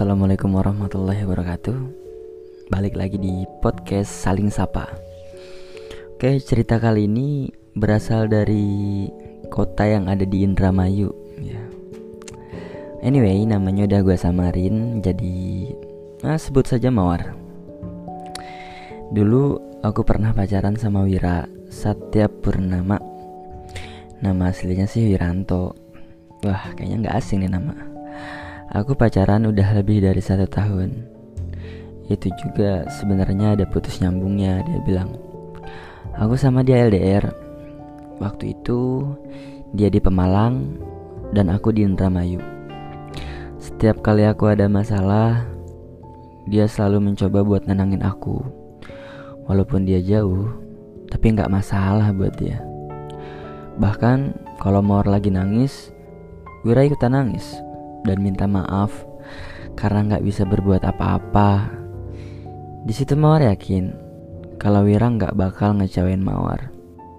Assalamualaikum warahmatullahi wabarakatuh. Balik lagi di podcast Saling Sapa. Oke, cerita kali ini berasal dari kota yang ada di Indramayu ya. Anyway, namanya udah gue samarin jadi sebut saja Mawar. Dulu aku pernah pacaran sama Wira Satya Purnama. Nama aslinya sih Wiranto. Wah, kayaknya gak asing nih nama. Aku pacaran udah lebih dari 1 tahun. Itu juga sebenarnya ada putus nyambungnya. Dia bilang, aku sama dia LDR. Waktu itu dia di Pemalang dan aku di Indramayu. Setiap kali aku ada masalah, dia selalu mencoba buat nenangin aku. Walaupun dia jauh, tapi gak masalah buat dia. Bahkan kalau Mawar lagi nangis, Wira ikutan nangis dan minta maaf karena gak bisa berbuat apa-apa. Di situ Mawar yakin kalau Wira gak bakal ngecewain Mawar.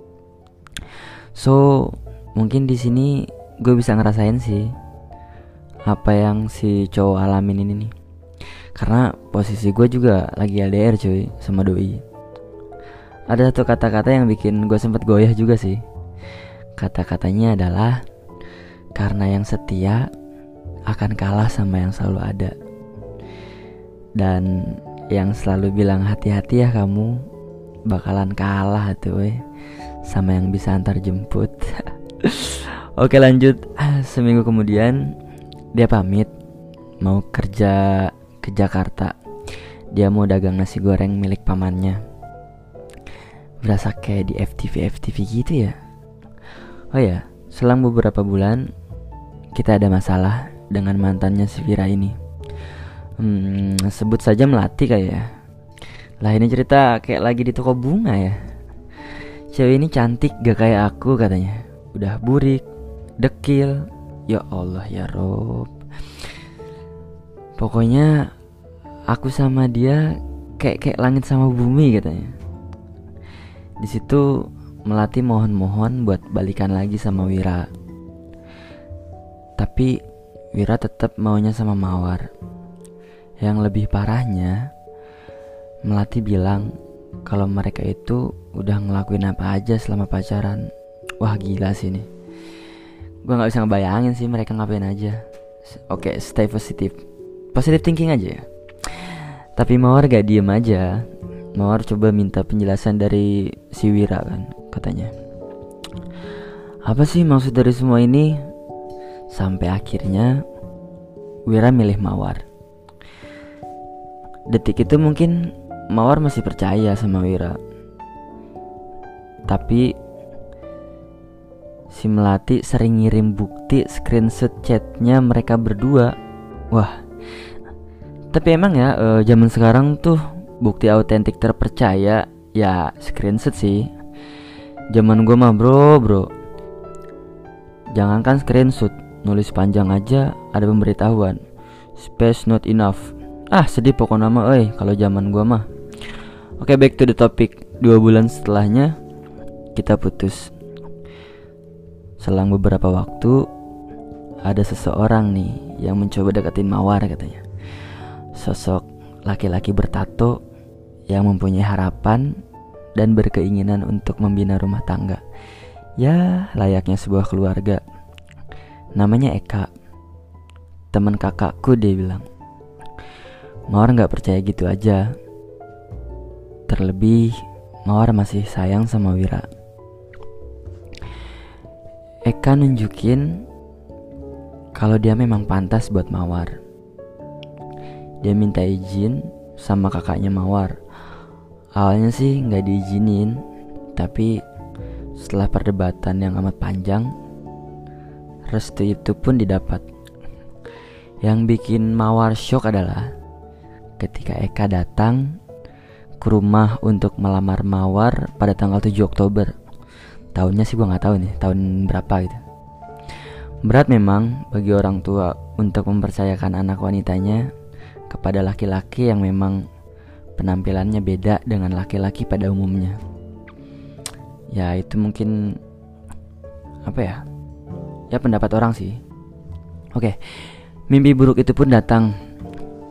So mungkin di sini gue bisa ngerasain sih apa yang si cowok alamin ini nih. Karena posisi gue juga lagi LDR cuy sama doi. Ada satu kata-kata yang bikin gue sempet goyah juga sih. Kata-katanya adalah, karena yang setia akan kalah sama yang selalu ada. Dan yang selalu bilang hati-hati ya kamu, bakalan kalah tuh sama yang bisa antar jemput. Oke, lanjut. Seminggu kemudian dia pamit mau kerja ke Jakarta. Dia mau dagang nasi goreng milik pamannya. Berasa kayak di FTV gitu ya. Oh ya, selang beberapa bulan kita ada masalah dengan mantannya si Vira ini. Sebut saja Melati kayak ya. Lah ini cerita kayak lagi di toko bunga ya. Cewek ini cantik gak kayak aku katanya. Udah burik, dekil. Ya Allah ya Rob. Pokoknya aku sama dia kayak langit sama bumi katanya. Di situ Melati mohon-mohon buat balikan lagi sama Wira. Tapi Wira tetap maunya sama Mawar. Yang lebih parahnya, Melati bilang kalau mereka itu udah ngelakuin apa aja selama pacaran. Wah gila sih nih. Gue gak bisa ngebayangin sih mereka ngapain aja. Oke, stay positive. Positive thinking aja ya. Tapi Mawar gak diem aja. Mawar coba minta penjelasan dari si Wira kan. Katanya, apa sih maksud dari semua ini? Sampai akhirnya Wira milih Mawar. Detik itu mungkin Mawar masih percaya sama Wira. Tapi si Melati sering ngirim bukti screenshot chatnya mereka berdua. Wah, tapi emang ya zaman sekarang tuh bukti autentik terpercaya ya screenshot sih. Zaman gue mah bro, jangankan screenshot, nulis panjang aja ada pemberitahuan, space not enough. Sedih pokok nama kalau zaman gua mah. Oke, back to the topic. 2 bulan setelahnya kita putus. Selang beberapa waktu ada seseorang nih yang mencoba deketin Mawar katanya. Sosok laki-laki bertato yang mempunyai harapan dan berkeinginan untuk membina rumah tangga. Ya, layaknya sebuah keluarga. Namanya Eka, teman kakakku, dia bilang. Mawar gak percaya gitu aja. Terlebih Mawar masih sayang sama Wira. Eka nunjukin kalau dia memang pantas buat Mawar. Dia minta izin sama kakaknya Mawar. Awalnya sih gak diizinin, tapi setelah perdebatan yang amat panjang, restu itu pun didapat. Yang bikin Mawar shock adalah ketika Eka datang ke rumah untuk melamar Mawar pada tanggal 7 Oktober. Tahunnya sih gue gak tahu nih tahun berapa gitu. Berat memang bagi orang tua untuk mempercayakan anak wanitanya kepada laki-laki yang memang penampilannya beda dengan laki-laki pada umumnya. Ya itu mungkin Ya pendapat orang sih. Oke, mimpi buruk itu pun datang.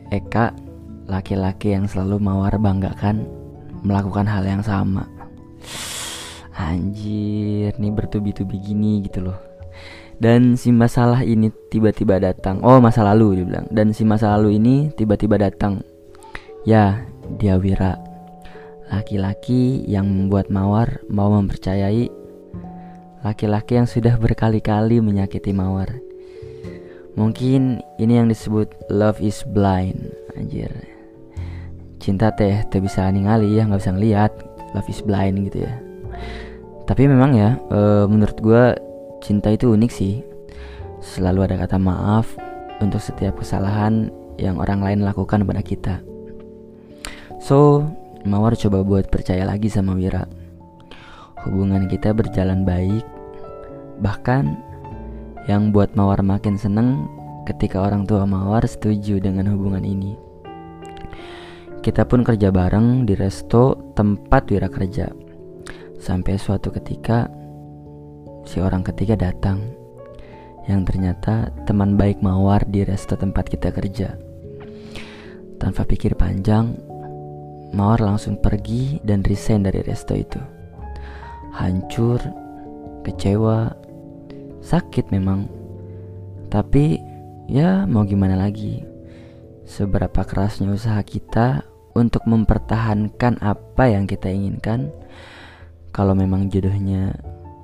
Eka, laki-laki yang selalu Mawar banggakan melakukan hal yang sama. Anjir, nih bertubi-tubi gini gitu loh. Dan si masalah ini tiba-tiba datang. Oh, masa lalu dia bilang. Dan si masa lalu ini tiba-tiba datang. Ya, dia Wira, laki-laki yang membuat Mawar mau mempercayai. Laki-laki yang sudah berkali-kali menyakiti Mawar. Mungkin ini yang disebut love is blind. Anjir, cinta teh bisa ningali ya, gak bisa ngeliat. Love is blind gitu ya. Tapi memang ya, menurut gue cinta itu unik sih. Selalu ada kata maaf untuk setiap kesalahan yang orang lain lakukan pada kita. So, Mawar coba buat percaya lagi sama Wira. Hubungan kita berjalan baik. Bahkan yang buat Mawar makin seneng ketika orang tua Mawar setuju dengan hubungan ini. Kita pun kerja bareng di resto tempat Wira kerja. Sampai suatu ketika si orang ketiga datang, yang ternyata teman baik Mawar di resto tempat kita kerja. Tanpa pikir panjang, Mawar langsung pergi dan resign dari resto itu. Hancur, kecewa, sakit memang. Tapi ya mau gimana lagi. Seberapa kerasnya usaha kita untuk mempertahankan apa yang kita inginkan, kalau memang jodohnya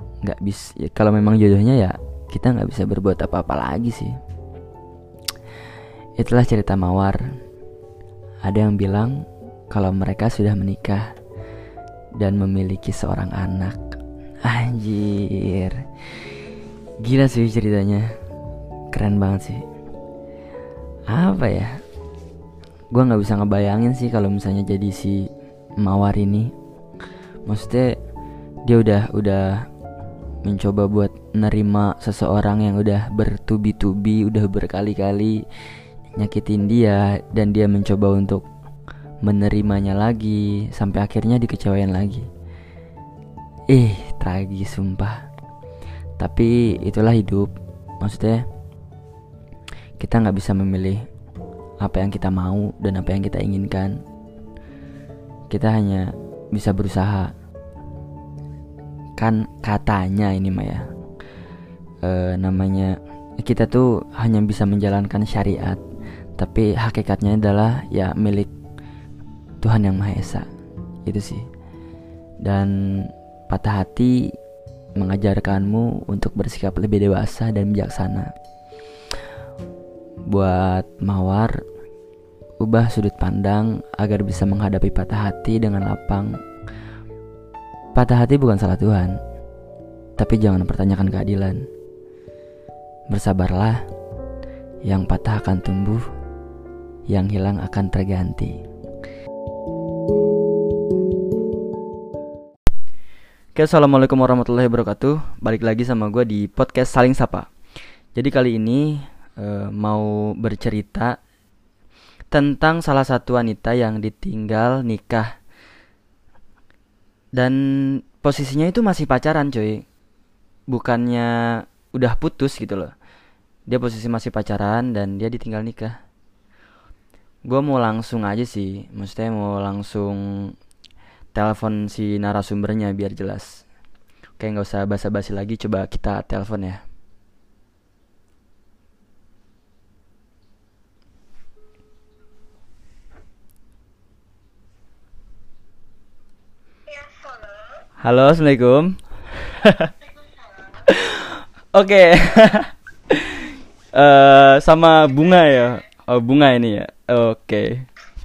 ya kita nggak bisa berbuat apa-apa lagi sih. Itulah cerita Mawar. Ada yang bilang kalau mereka sudah menikah dan memiliki seorang anak. Anjir, gila sih ceritanya, keren banget sih. Apa ya, gue nggak bisa ngebayangin sih kalau misalnya jadi si Mawar ini. Maksudnya dia udah mencoba buat nerima seseorang yang udah bertubi-tubi, udah berkali-kali nyakitin dia, dan dia mencoba untuk menerimanya lagi sampai akhirnya dikecewain lagi. Tragis sumpah. Tapi itulah hidup. Maksudnya kita gak bisa memilih apa yang kita mau dan apa yang kita inginkan. Kita hanya bisa berusaha. Kan katanya ini mah ya, namanya kita tuh hanya bisa menjalankan syariat, tapi hakikatnya adalah ya milik Tuhan Yang Maha Esa. Itu sih. Dan patah hati mengajarkanmu untuk bersikap lebih dewasa dan bijaksana. Buat Mawar, ubah sudut pandang agar bisa menghadapi patah hati dengan lapang. Patah hati bukan salah Tuhan, tapi jangan mempertanyakan keadilan. Bersabarlah, yang patah akan tumbuh, yang hilang akan terganti. Oke, assalamualaikum warahmatullahi wabarakatuh. Balik lagi sama gue di podcast Saling Sapa. Jadi kali ini mau bercerita tentang salah satu wanita yang ditinggal nikah. Dan posisinya itu masih pacaran coy. Bukannya udah putus gitu loh. Dia posisi masih pacaran dan dia ditinggal nikah. Gue mau langsung aja sih, maksudnya mau langsung telepon si narasumbernya biar jelas. Oke, gak usah basa-basi lagi, coba kita telepon ya. Halo, assalamualaikum. Oke. Sama Bunga ya. Oh, Bunga ini ya. Oke.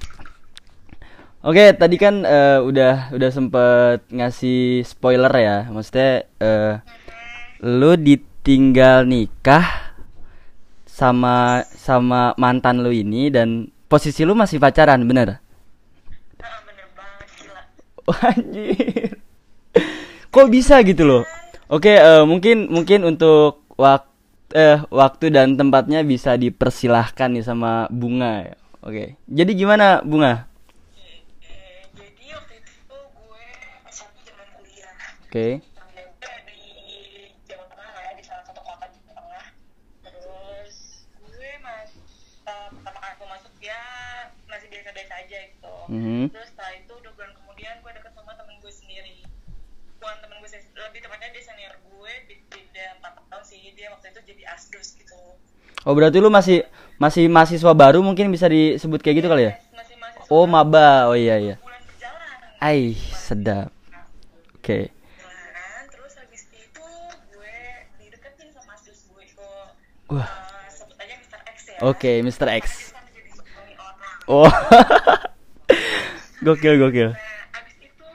Oke, tadi kan udah sempet ngasih spoiler ya. Maksudnya lu ditinggal nikah sama mantan lu ini dan posisi lu masih pacaran, bener? Bener banget gila. Anjir. Kok bisa gitu loh? Oke, mungkin untuk waktu dan tempatnya bisa dipersilahkan nih sama Bunga ya. Oke. Jadi gimana Bunga? Jadi waktu itu gue SMP zaman kuliah. Oke. Di Jawa Tengah lah ya, di salah satu kota di Jawa Tengah. Terus gue pertama kali gue masuk ya aja gitu. Mhm. Terus setelah itu 2 bulan kemudian gue deket sama temen gue sendiri. Bukan temen gue sendiri, lebih tepatnya dia senior gue, beda 4 tahun sih. Dia waktu itu jadi asdos gitu. Oh, berarti lu masih mahasiswa baru, mungkin bisa disebut kayak gitu kali ya? Masih mahasiswa Oh, baru, maba. Oh iya iya. 2 bulan berjalan. Ai, sedap. Oke. Nah, terus habis itu gue dideketin sama asdos gue kok. Wah. Sebut aja Mr. X ya. Oke, Mr. Karena X. dia kan jadi suami orang. Oh. Gokil gokil. Nah, abis itu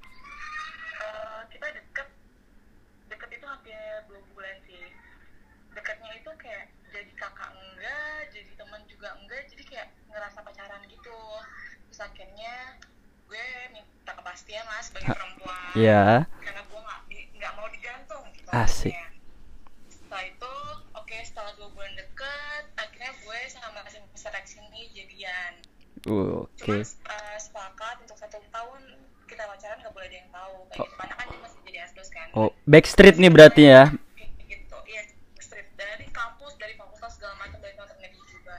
kita deket itu hampir 2 bulan sih. Deketnya itu kayak jadi kakak enggak, jadi teman juga enggak, jadi kayak ngerasa pacaran gitu. Terus akhirnya gue minta kepastian lah sebagai perempuan. Iya. Karena gue nggak mau digantung gitu. Asik. Akhirnya. Setelah itu, oke, setelah 2 bulan deket, akhirnya gue sama si Mr. X ini jadian. Oke. Cuma sepakat untuk 1 tahun kita pacaran nggak boleh ada yang tahu kayak gitu. Karena kan dia masih jadi asdos kan. Oh, backstreet nih berarti ya. Gitu, iya, strip dari kampus, dari fakultas segala macam, dari teman-temannya dia juga.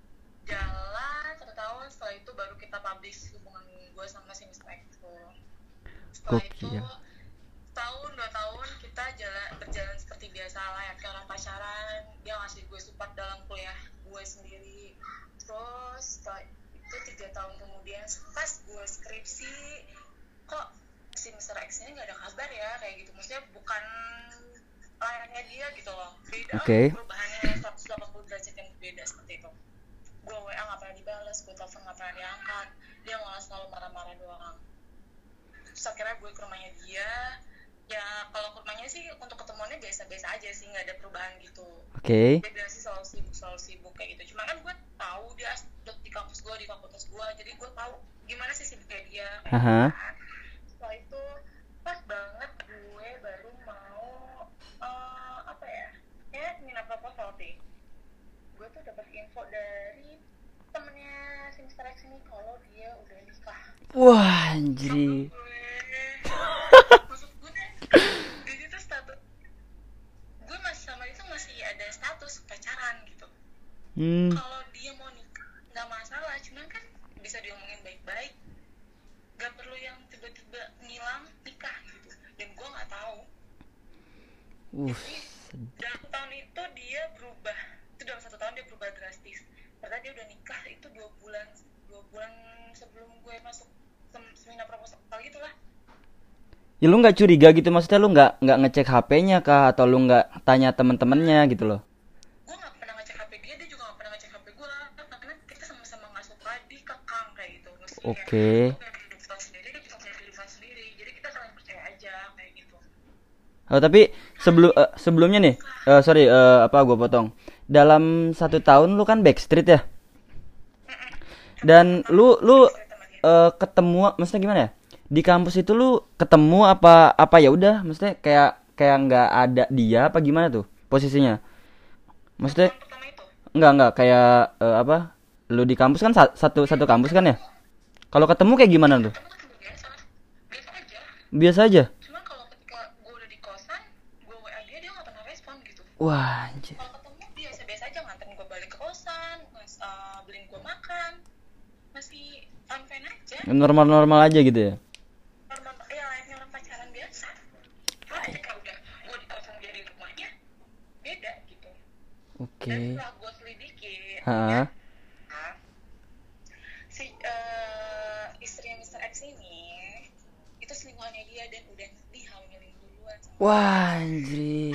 Jalan 1 tahun, setelah itu baru kita publish hubungan gue sama si Mr. X itu. Setelah itu Gokil. tahun 2 tahun kita berjalan seperti biasa lah ya, kayak orang pacaran. Dia ngasih gue support dalam kuliah gue sendiri. Terus setelah itu 3 tahun kemudian pas gue skripsi, kok si Mr. X ini nggak ada kabar ya, kayak gitu. Maksudnya bukan layaknya dia gitu loh, beda. Oke. Perubahannya 180 derajat yang beda seperti itu. Gue WA nggak pernah dibalas, gue telepon nggak pernah diangkat, dia malah selalu marah-marah doang. Terus akhirnya gue ke rumahnya dia. Ya kalau ke rumahnya sih untuk ketemuannya biasa-biasa aja sih, nggak ada perubahan gitu. Oke. Dia bilang sih selalu sibuk kayak gitu. Cuma kan gue tahu dia di kampus gue, di fakultas gue, jadi gue tahu gimana sih sibuknya dia. Aha. Setelah itu pas banget gue baru mau apa ya? Kayak minat proposal sih. Gue tuh dapat info dari temennya si Mr. X ini kalau dia udah nikah. Wah, anjir. Maksud gue di situ status gue masih sama itu masih ada status pacaran gitu. Kalau dia mau nikah nggak masalah, cuman kan bisa diomongin baik-baik, nggak perlu yang tiba-tiba ngilang nikah gitu. Dan gue nggak tahu. Jadi dalam tahun itu dia berubah, itu dalam 1 tahun dia berubah drastis. Ternyata dia udah nikah itu 2 bulan sebelum gue masuk seminar proposal gitu lah. Ya lu nggak curiga gitu, maksudnya lu nggak ngecek HP-nya kah, atau lu nggak tanya temen-temennya gitu loh? Gue nggak pernah ngecek HP dia juga nggak pernah ngecek HP gue, karena kita sama-sama nggak suka dikekang kayak gitu. Maksudnya Oke. gue punya kehidupan sendiri, dia juga punya kehidupan sendiri, jadi kita saling percaya aja kayak gitu. Oh, tapi sebelumnya nih, sorry, apa gue potong. Dalam 1 tahun lu kan backstreet ya? Dan lu ketemu, maksudnya gimana ya? Di kampus itu lu ketemu apa ya udah, maksudnya kayak nggak ada dia apa gimana tuh posisinya? Maksudnya Yang pertama itu enggak kayak apa? Lu di kampus kan satu kampus kan ya? Kalau ketemu kayak gimana tuh? kan biasa aja. Biasa aja. Cuma kalau ketika gue udah di kosan, gue WA dia nggak pernah respon gitu. Wah, anjir. Kalau ketemu biasa-biasa aja, nganterin gue balik ke kosan, beliin gue makan, masih fine aja. Normal-normal aja gitu ya. Normal ya, layaknya orang pacaran biasa. Cuma ketika udah gue di kosan dia di rumahnya, beda gitu. Oke. Dan setelah gue selidiki, Heeh. si istrinya Mr. X ini itu selingkuhannya dia dan udah dihamilin duluan sama Wah, anjir.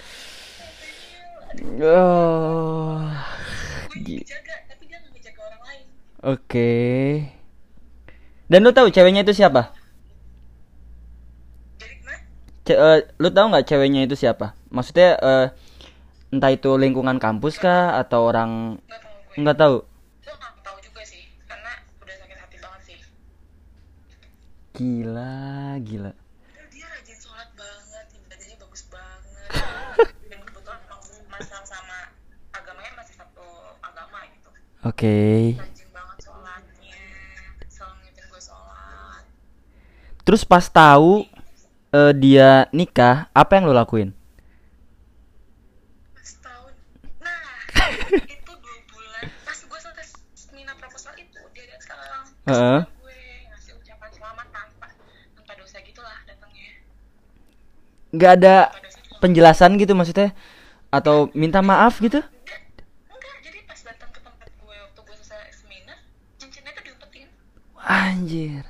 dia. Oh. Gue dijaga, tapi dia nggak ngejaga orang lain. Oke. Dan lu tahu ceweknya itu siapa? Jadi gimana? Lu tahu nggak ceweknya itu siapa? Maksudnya entah itu lingkungan kampus kah atau orang Nggak tahu gue. nggak tahu. Gue nggak tahu juga sih, karena udah sakit hati banget sih. Gila. Dia rajin sholat banget, ibadahnya bagus banget. Dan kebetulan masih sama agamanya masih satu agama gitu. Oke. Rajin banget sholatnya, selalu ngingetin gue sholat. Terus pas tahu dia nikah, apa yang lu lakuin? Setahun. Nah, itu 2 bulan. Pas gue selesai seminar proposal itu, dia lihat sekarang. Heeh. gue ngasih ucapan selamat tanpa dosa gitulah datangnya. Nggak ada Tanpa dosa cuma penjelasan gitu maksudnya, atau minta maaf gitu? enggak, jadi pas datang ke tempat gue waktu gue selesai seminar, cincinnya tuh diumpetin. Anjir.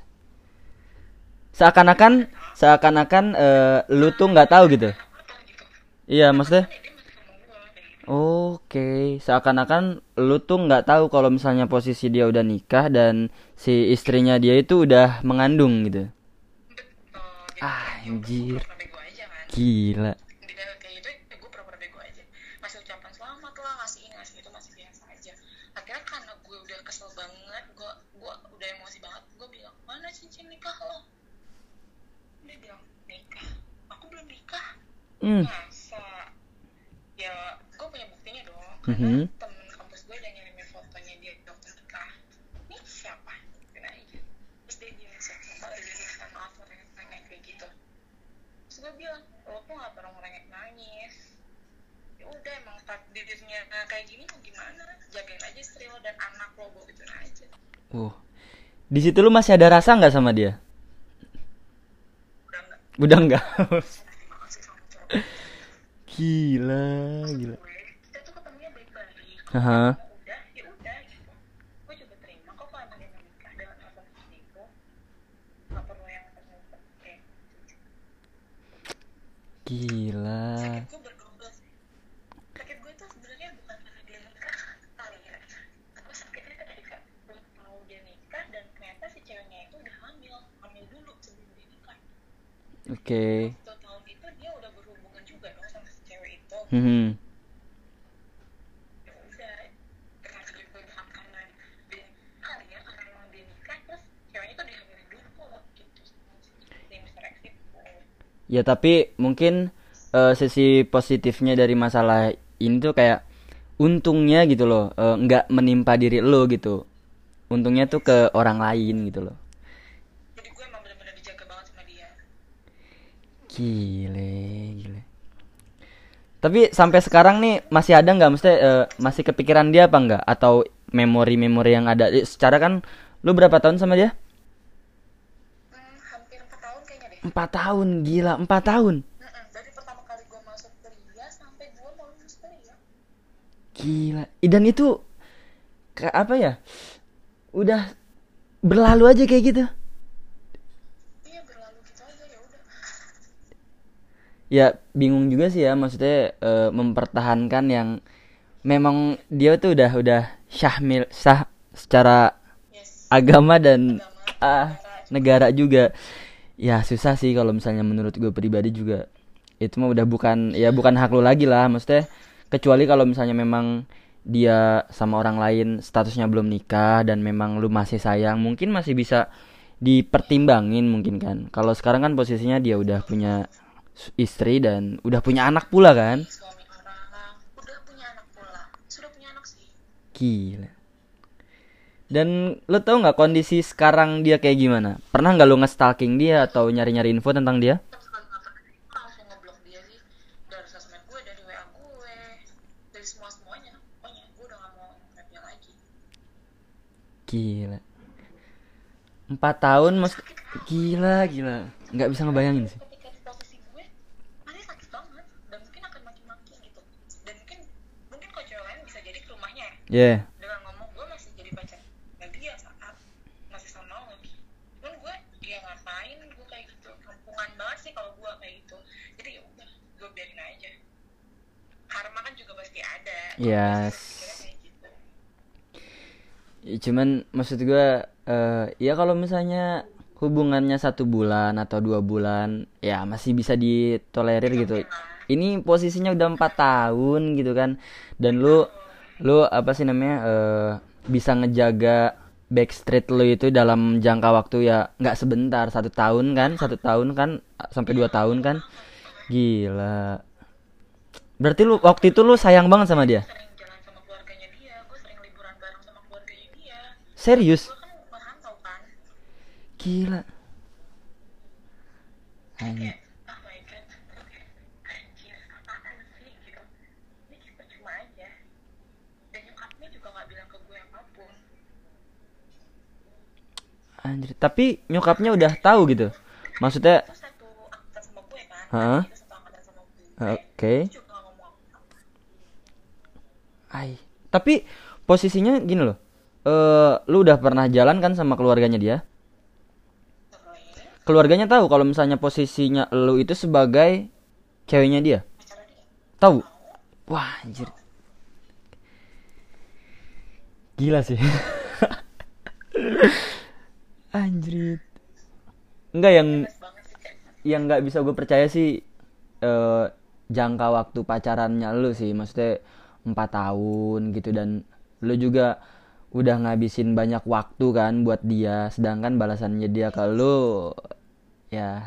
Seakan-akan lu tuh nggak tahu gitu. Apa gitu. Iya, maksudnya Dia masih sama gue kayak gitu. oke, seakan-akan lu tuh nggak tahu kalau misalnya posisi dia udah nikah dan si istrinya dia itu udah mengandung gitu. Betul. Jadi ya udah gue Anjir, pura-pura bego aja kan. gila. Di dalam kayak gitu ya gue pura-pura bego aja, ngasih ucapan selamat lah, ngasih itu masih biasa aja. Akhirnya karena gue udah kesel banget, gue udah emosi banget, gue bilang mana cincin nikah lo. Dia bilang nikah, aku belum nikah. Hmm. Masa? Ya gue punya buktinya dong, Mhm. karena temen kampus gue udah ngirimin fotonya dia waktu nikah. Ini siapa? Gini aja. Terus dia bilang siapa udah nikah, maaf merengek kayak gitu. Terus gue bilang lo tuh nggak perlu merengek nangis. Ya udah emang takdirnya kayak gini mau gimana, jagain aja istri lo dan anak lo, gue gituin aja. Di situ lu masih ada rasa nggak sama dia? Udah enggak, Udah nggak? terima kasih sama cowok. Gila, Maksud gila. gue kita tuh ketemunya baik-baik, Haha. kalau udah ya udah gitu. Gue juga terima kok kalau emang dia mau nikah dengan alasan seperti itu, nggak perlu yang kayak Gila. sakit gue berdua sih. Sakit gue tuh sebenarnya bukan karena dia nikah kali ya, tapi sakitnya tuh ketika gue tahu dia nikah dan ternyata si ceweknya itu udah hamil dulu sebelum dia nikah. Oke. Waktu tahun itu dia udah berhubungan juga dong sama si cewek itu. Hmm. Ya udah, karena dia berhak karena dia kali ya, karena emang dia nikah terus ceweknya tuh dihamilin dulu kok gitu sama si Mr. X itu. Ya tapi mungkin sisi positifnya dari masalah ini tuh kayak untungnya gitu loh, nggak menimpa diri lo gitu. Untungnya tuh ke orang lain gitu loh. Jadi gue emang benar-benar dijaga banget sama dia. Gile, gile. Tapi sampai sekarang nih masih ada nggak, mesti masih kepikiran dia apa nggak? Atau memori-memori yang ada? Secara kan lu berapa tahun sama dia? Hampir 4 tahun kayaknya deh. 4 tahun, gila 4 tahun. Dari pertama kali gue masuk kuliah sampai gue mau lulus kuliah. Gila. Dan itu apa ya? Udah berlalu aja kayak gitu. Iya berlalu gitu aja, ya udah. Ya bingung juga sih ya, maksudnya mempertahankan yang memang dia tuh udah sah secara Yes, agama dan agama, negara juga. Ya susah sih kalau misalnya menurut gue pribadi juga. Itu mah udah bukan hak lu lagi lah, maksudnya kecuali kalau misalnya memang dia sama orang lain statusnya belum nikah dan memang lu masih sayang, mungkin masih bisa dipertimbangin mungkin kan. Kalau sekarang kan posisinya dia udah punya istri dan udah punya anak pula kan. suami orang, udah punya anak pula, sudah punya anak sih. Gila. Dan lo tau nggak kondisi sekarang dia kayak gimana? Pernah nggak lo nge-stalking dia atau nyari-nyari info tentang dia? Tapi sekali nggak pernah, gue langsung ngeblok dia sih, dari sosmed gue, dari WA gue, dari semuanya. Pokoknya gue udah nggak mau ngeliat dia lagi. Gila. 4 tahun mas, gila. Nggak bisa ngebayangin sih. Ketika di posisi gue pasti sakit banget dan mungkin akan maki-maki gitu, dan mungkin kalau cewek lain bisa jadi ke rumahnya ya, Yeah. dengan ngomong gue masih jadi pacar dan dia saat masih sama lo lagi. Cuman gue dia ngapain gue kayak gitu, kampungan banget sih kalau gue kayak gitu. Jadi ya udah gue biarin aja, karma kan juga pasti ada. Yes. Pikirnya kayak gitu. Ya, cuman maksud gue ya kalau misalnya hubungannya 1 bulan atau 2 bulan ya masih bisa ditolerir gitu. Ini posisinya udah 4 tahun gitu kan, dan lu apa sih namanya bisa ngejaga backstreet lu itu dalam jangka waktu ya nggak sebentar, 1 tahun kan sampai 2 tahun kan. Gila. Berarti lu waktu itu lu sayang banget sama dia. Sering jalan sama keluarganya dia, gue sering liburan bareng sama keluarganya dia. Serius? Gue kan merantau kan, Gila. kayak oh my god, kayak anjir apaan sih gitu, ini kayak percuma aja. Dan nyokapnya juga nggak bilang ke gue apapun. Anjir, tapi nyokapnya udah tahu gitu. Maksudnya, Itu satu angkatan sama gue kan, hah? itu satu angkatan sama gue. Oke. Dia juga nggak ngomong apa-apa. Ai. Tapi posisinya gini loh. Lu udah pernah jalan kan sama keluarganya dia? Sering Keluarganya tahu kalau misalnya posisinya lu itu sebagai ceweknya dia. pacaran dia Tahu? tahu. Wah, anjir. Gila sih. Anjir. Enggak Bebas banget sih kayak yang nggak bisa gue percaya sih eh, jangka waktu pacarannya lu sih. Maksudnya 4 tahun gitu dan lu juga udah ngabisin banyak waktu kan buat dia sedangkan balasannya dia ke lu ya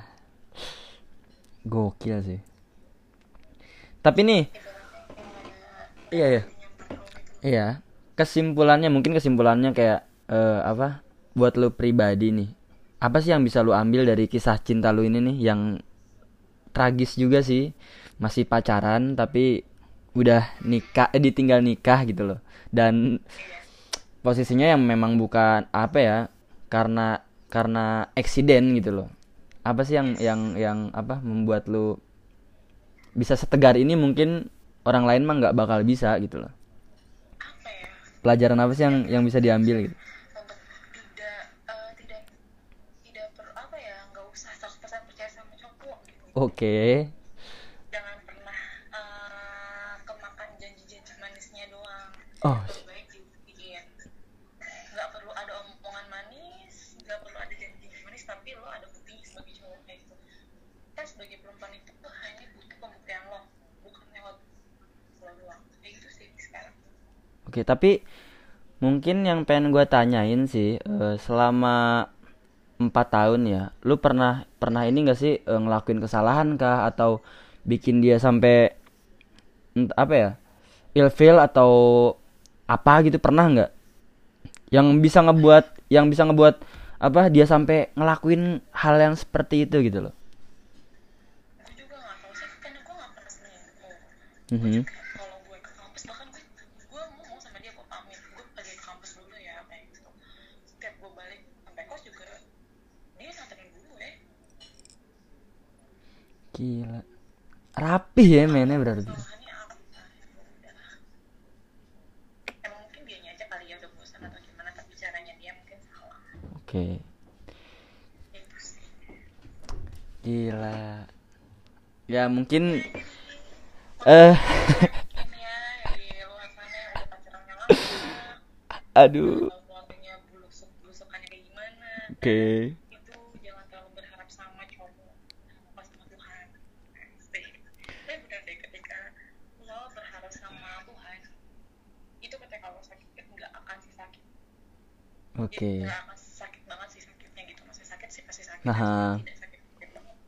gokil sih. Tapi nih, ibaratnya kayak iya ya. jadinya 4 tahun itu. Iya, kesimpulannya kayak apa? Buat lu pribadi nih, apa sih yang bisa lu ambil dari kisah cinta lu ini nih yang tragis juga sih, masih pacaran tapi udah nikah, ditinggal nikah gitu loh. Dan Iya, posisinya yang memang bukan apa ya, karena eksiden gitu loh. Apa sih yang yes. apa membuat lu bisa setegar ini mungkin orang lain mah nggak bakal bisa gitu loh. Apa ya, Pelajaran apa sih yang yang bisa diambil gitu? untuk tidak tidak perlu apa ya, nggak usah 100% percaya sama cowok gitu. Oke. Jangan pernah kemakan janji-janji manisnya doang. Oh, Lebih baik dibuktiin. Nggak perlu ada omongan manis, nggak perlu ada janji manis, tapi lo ada buktinya sebagai cowok kayak gitu. Kan sebagai perempuan itu tuh hanya butuh pembuktian lo, bukan lewat lo doang. Kayak gitu sih sekarang. oke, tapi mungkin yang pengen gue tanyain sih selama 4 tahun ya, lu pernah pernah ini gak sih ngelakuin kesalahan kah atau bikin dia sampai apa ya ilfeel atau apa gitu pernah nggak yang bisa ngebuat apa dia sampai ngelakuin hal yang seperti itu gitu loh. Gue juga nggak tahu sih, karena gue nggak pernah selingkuh. Gue Mhm. juga kalau gue ke kampus, bahkan gue ngomong sama dia, gue pamit gue lagi ke kampus dulu ya kayak gitu. Setiap gue balik sampai kos juga dia nganterin gue. Gila, rapih ya Nggak mainnya tahu berarti. kesalahannya apa, ya udah. Emang mungkin dianya aja kali ya udah bosan atau gimana, tapi caranya dia mungkin salah. Oke. Itu sih. Gila. Ya mungkin Ya jadi eh untuk mungkin ya yang di luar sana yang udah pacarannya lama, udah aduh. tahu keluarganya bulusukannya kayak gimana, Oke. itu jangan terlalu berharap sama cowok, sama sama Tuhan. Pasti. Tapi bener deh, ketika lo berharap sama Tuhan, itu ketika lo sakit nggak akan sih sakit. Oke. Nggak akan sakit banget sih sakitnya gitu. Masih sakit sih pasti sakit, cuma Nah, tidak sakit banget.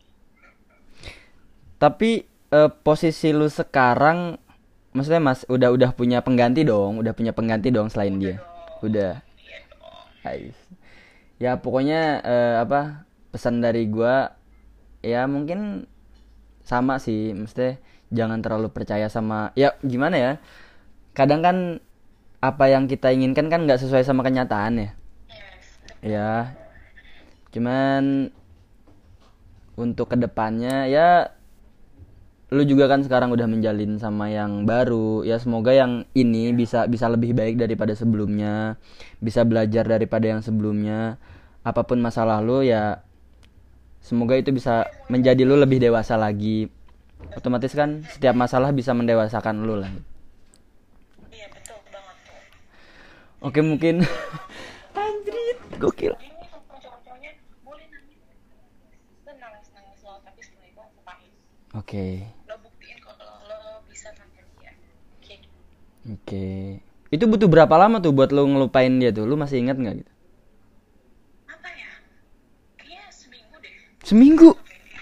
tapi posisi lu sekarang maksudnya Mas udah punya pengganti dong, udah punya pengganti dong selain Udah dia. dong, Udah. iya dong. Ais. Ya pokoknya apa pesan dari gua ya mungkin sama sih, mesti jangan terlalu percaya sama ya gimana ya. Kadang kan apa yang kita inginkan kan nggak sesuai sama kenyataan ya. Yes, betul. Ya, cuman untuk kedepannya ya lu juga kan sekarang udah menjalin sama yang baru ya semoga yang ini bisa bisa lebih baik daripada sebelumnya bisa belajar daripada yang sebelumnya apapun masalah lu ya semoga itu bisa menjadi lu lebih dewasa lagi otomatis kan setiap masalah bisa mendewasakan lu lah. Iya betul banget tuh. Oke Jadi mungkin kalau anjrit gokil. ini sama cowok-cowoknya boleh nangis, lo nangis lo, tapi setelah itu lupain. Oke. Lo buktiin kalau lo bisa tanpa dia. Kayak gitu. Oke. Itu butuh berapa lama tuh buat lu ngelupain dia tuh? Lu masih ingat nggak gitu? Apa ya? Kayaknya seminggu deh. Seminggu? Kayak dia.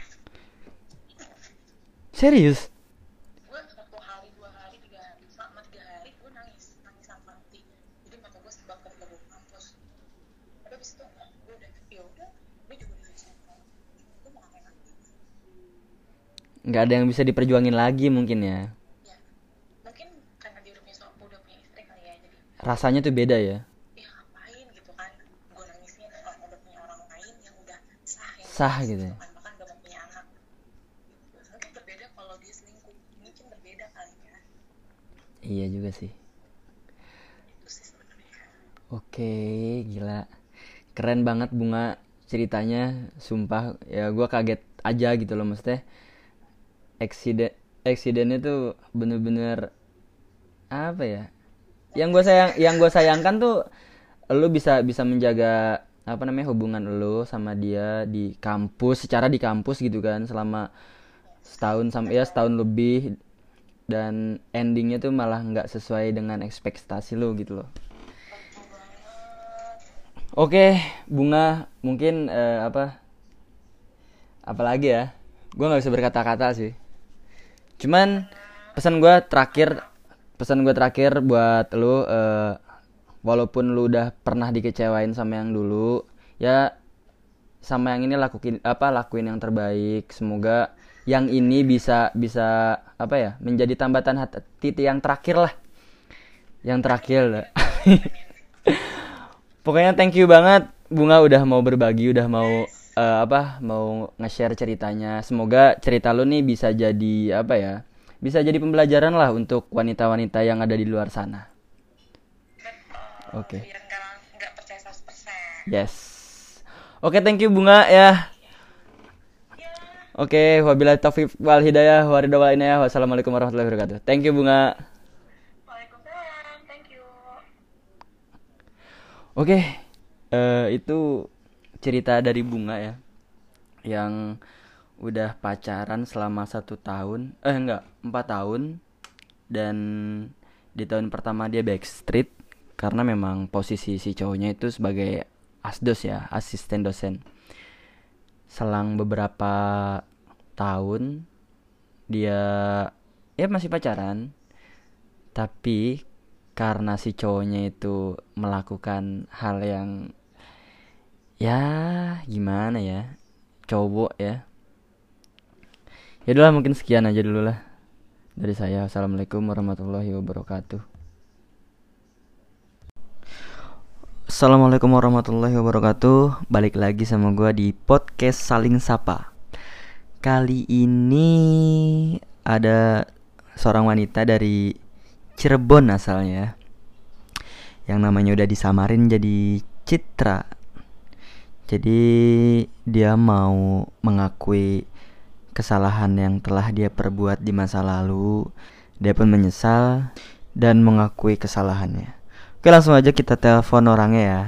Serius? Gue 1 hari, 2 hari, 3 hari, selama 3 hari gue nangis sampai mati. Jadi mata gue sebab ketika gue ke kampus. Tapi abis itu enggak, gue udah ya udah, gue juga udah bisa. Gue mau ngapain lagi? Nggak ada yang bisa diperjuangin lagi mungkin ya. Ya mungkin karena dia udah punya istri kali ya, jadi Rasanya tuh beda ya. ya ngapain gitu kan, gue nangisnya kalau udah punya sah gitu ya. Bahkan gak mau punya anak. Mungkin berbeda kalau dia selingkuh, mungkin berbeda kali ya. Iya juga sih. Itu sih sebenarnya. Oke, gila, keren banget Bunga ceritanya, sumpah ya gue kaget aja gitu loh, maksudnya eksidennya tuh bener-bener apa ya, yang gue sayangkan tuh lu bisa bisa menjaga apa namanya hubungan lu sama dia di kampus, secara di kampus gitu kan, selama setahun sampai ya setahun lebih, dan endingnya tuh malah nggak sesuai dengan ekspektasi lu gitu loh. Betul banget. Oke, Bunga, mungkin apalagi ya, gue nggak bisa berkata-kata sih. Cuman pesan gue terakhir buat lu, walaupun lu udah pernah dikecewain sama yang dulu, ya sama yang ini lakuin yang terbaik. Semoga yang ini bisa bisa apa ya, menjadi tambatan hati yang terakhir lah, yang terakhir lah. Pokoknya thank you banget Bunga udah mau berbagi, udah mau mau nge-share ceritanya. Semoga cerita lu nih bisa jadi apa ya? Bisa jadi pembelajaran lah untuk wanita-wanita yang ada di luar sana. Oke. Biar nggak percaya 100%. Yes. Oke, thank you Bunga ya. Oke, wabillahi taufiq wal hidayah, wa ridha wal inayah. Wassalamualaikum warahmatullahi wabarakatuh. Thank you Bunga. Waalaikumsalam, thank you. Oke, itu cerita dari Bunga ya, yang udah pacaran selama 1 tahun, 4 tahun, dan di tahun pertama dia backstreet karena memang posisi si cowoknya itu sebagai asdos ya, asisten dosen. Selang beberapa tahun dia ya masih pacaran, tapi karena si cowoknya itu melakukan hal yang ya gimana ya, cowok ya. Ya udahlah, mungkin sekian aja dulu lah dari saya. Assalamualaikum warahmatullahi wabarakatuh. Assalamualaikum warahmatullahi wabarakatuh. Balik lagi sama gue di podcast Saling Sapa. Kali ini ada seorang wanita dari Cirebon asalnya, yang namanya udah disamarin jadi Citra. Jadi dia mau mengakui kesalahan yang telah dia perbuat di masa lalu. Dia pun menyesal dan mengakui kesalahannya. Oke, langsung aja kita telepon orangnya ya.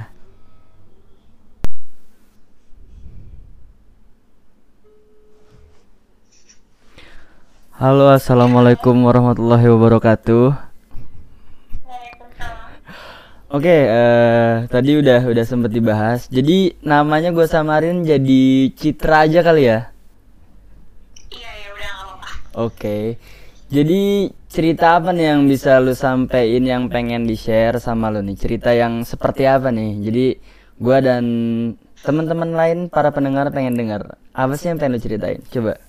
Halo, assalamualaikum warahmatullahi wabarakatuh. Waalaikumsalam. Oke, tadi udah sempet dibahas. Jadi namanya gue samarin jadi Citra aja kali ya. Iya ya udah nggak apa-apa. Oke. Jadi cerita apa nih yang bisa lu sampein, yang pengen di-share sama lu nih? Cerita yang seperti apa nih? Jadi gue dan teman-teman lain para pendengar pengen dengar. Apa sih yang pengen lu ceritain? Coba.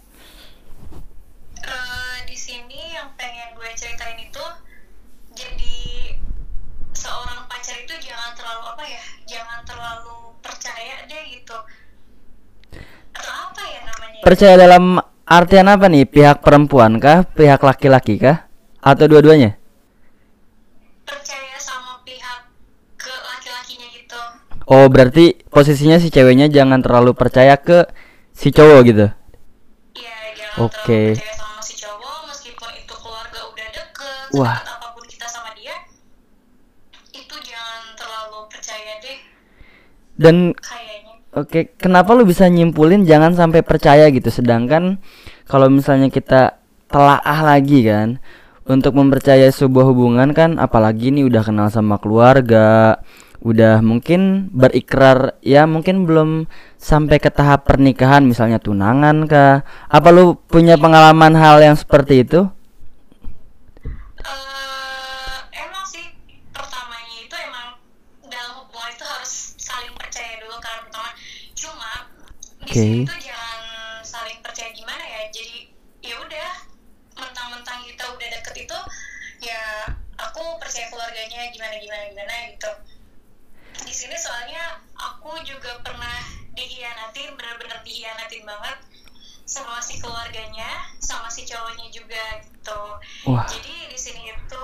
Di sini yang pengen gue ceritain itu, jadi seorang pacar itu jangan terlalu percaya deh gitu. Atau apa ya namanya? Percaya dalam artian apa nih? Pihak perempuan kah? Pihak laki-laki kah? Atau dua-duanya? Percaya sama pihak ke laki-lakinya gitu. Oh, berarti posisinya si ceweknya jangan terlalu percaya ke si cowok gitu. Iya, jangan Oke. terlalu percaya sama si cowok meskipun itu keluarga udah deket, Wah. sedekat apapun kita sama dia, itu jangan terlalu percaya deh Dan kayaknya. oke, kenapa lu bisa nyimpulin jangan sampai percaya gitu? Sedangkan kalau misalnya kita telaah lagi kan, untuk mempercayai sebuah hubungan kan, apalagi nih udah kenal sama keluarga, udah mungkin berikrar, ya mungkin belum sampai ke tahap pernikahan, misalnya tunangan kah? Apa lu punya pengalaman hal yang seperti itu? Emang sih pertamanya itu emang dalam hubungan itu harus saling percaya dulu kan pertama. Cuma di Oke. sini tuh jangan saling percaya gimana ya. Jadi ya udah mentang-mentang kita udah deket itu ya aku percaya keluarganya gimana gitu. Di sini soalnya aku juga pernah dikhianati bener-bener dihianatin banget sama si keluarganya, sama si cowoknya juga gitu. Wah. Jadi di sini itu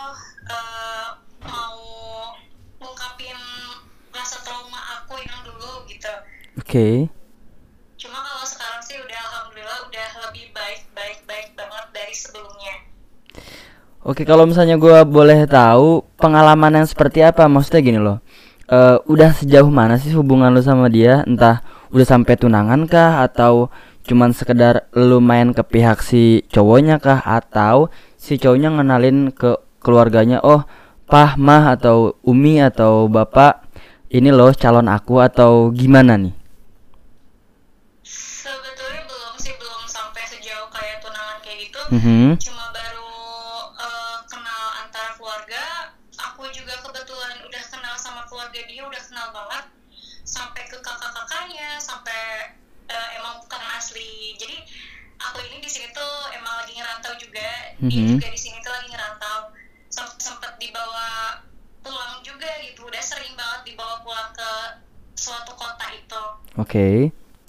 mau ngungkapin rasa trauma aku yang dulu gitu. Oke. Cuma kalau sekarang sih udah alhamdulillah udah lebih baik banget dari sebelumnya. Oke, kalau misalnya gue boleh tahu pengalaman yang seperti apa, maksudnya gini loh. Udah sejauh mana sih hubungan lu sama dia? Entah udah sampai tunangan kah, atau cuman sekedar lu main ke pihak si cowoknya kah, atau si cowoknya ngenalin ke keluarganya, oh Pah, Mah, atau Umi, atau Bapak, ini loh calon aku, atau gimana nih? Sebetulnya belum sampai sejauh kayak tunangan kayak gitu. Cuma baru kenal antara keluarga. Aku juga kebetulan udah kenal sama keluarga dia, udah kenal banget. Sampai ke kakak-kakaknya, sampai emang bukan asli. Jadi aku ini di sini tuh emang lagi ngerantau juga. Dia juga di sini tuh lagi ngerantau. Sempet dibawa pulang juga gitu. Udah sering banget dibawa pulang ke suatu kota itu. Oke.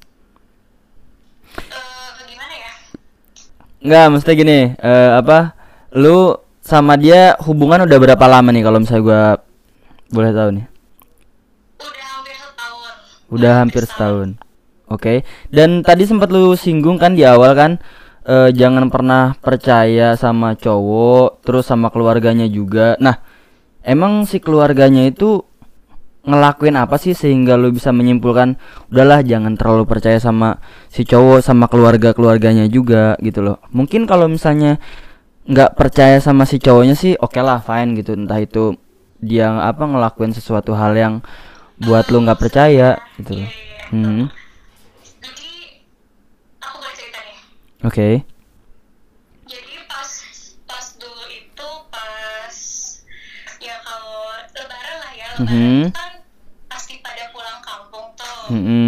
Gimana ya? Enggak, maksudnya gini, lu sama dia hubungan udah berapa lama nih kalau misalnya gue boleh tahu nih? Udah hampir setahun. Udah hampir setahun. Oke. Dan tadi sempat lu singgung kan di awal kan, jangan pernah percaya sama cowok, terus sama keluarganya juga. Nah, emang si keluarganya itu ngelakuin apa sih sehingga lu bisa menyimpulkan udahlah jangan terlalu percaya sama si cowok, sama keluarganya juga gitu loh. Mungkin kalau misalnya nggak percaya sama si cowoknya sih oke lah, fine gitu, entah itu dia ngelakuin sesuatu hal yang buat lu nggak percaya gitu loh. Jadi aku boleh cerita nih. Oke. Jadi pas dulu itu pas ya kalau lebaran lah ya, lebaran kan pasti pada pulang kampung tuh.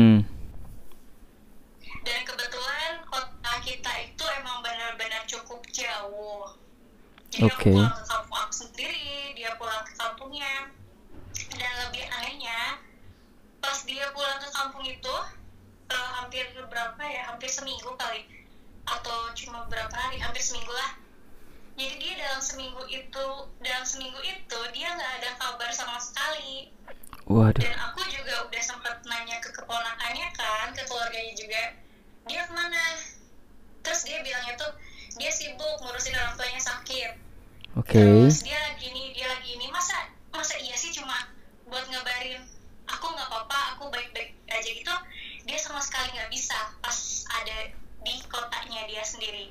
Dan kebetulan kota kita itu emang benar-benar cukup jauh. Jadi aku pulang ke kampung aku sendiri, dia pulang ke kampungnya. Dan lebih anehnya, pas dia pulang ke kampung itu hampir berapa ya, hampir seminggu kali, atau cuma berapa hari, hampir seminggu lah. Jadi dia dalam seminggu itu dia nggak ada kabar sama sekali. Waduh. Dan aku juga udah sempat nanya ke keponakannya kan, ke keluarganya juga, dia kemana? Terus dia bilangnya tuh dia sibuk ngurusin orang tuanya sakit. Terus dia lagi ini masa iya sih cuma buat ngabarin aku nggak apa-apa, aku baik-baik aja gitu. Dia sama sekali nggak bisa pas ada di kotanya dia sendiri.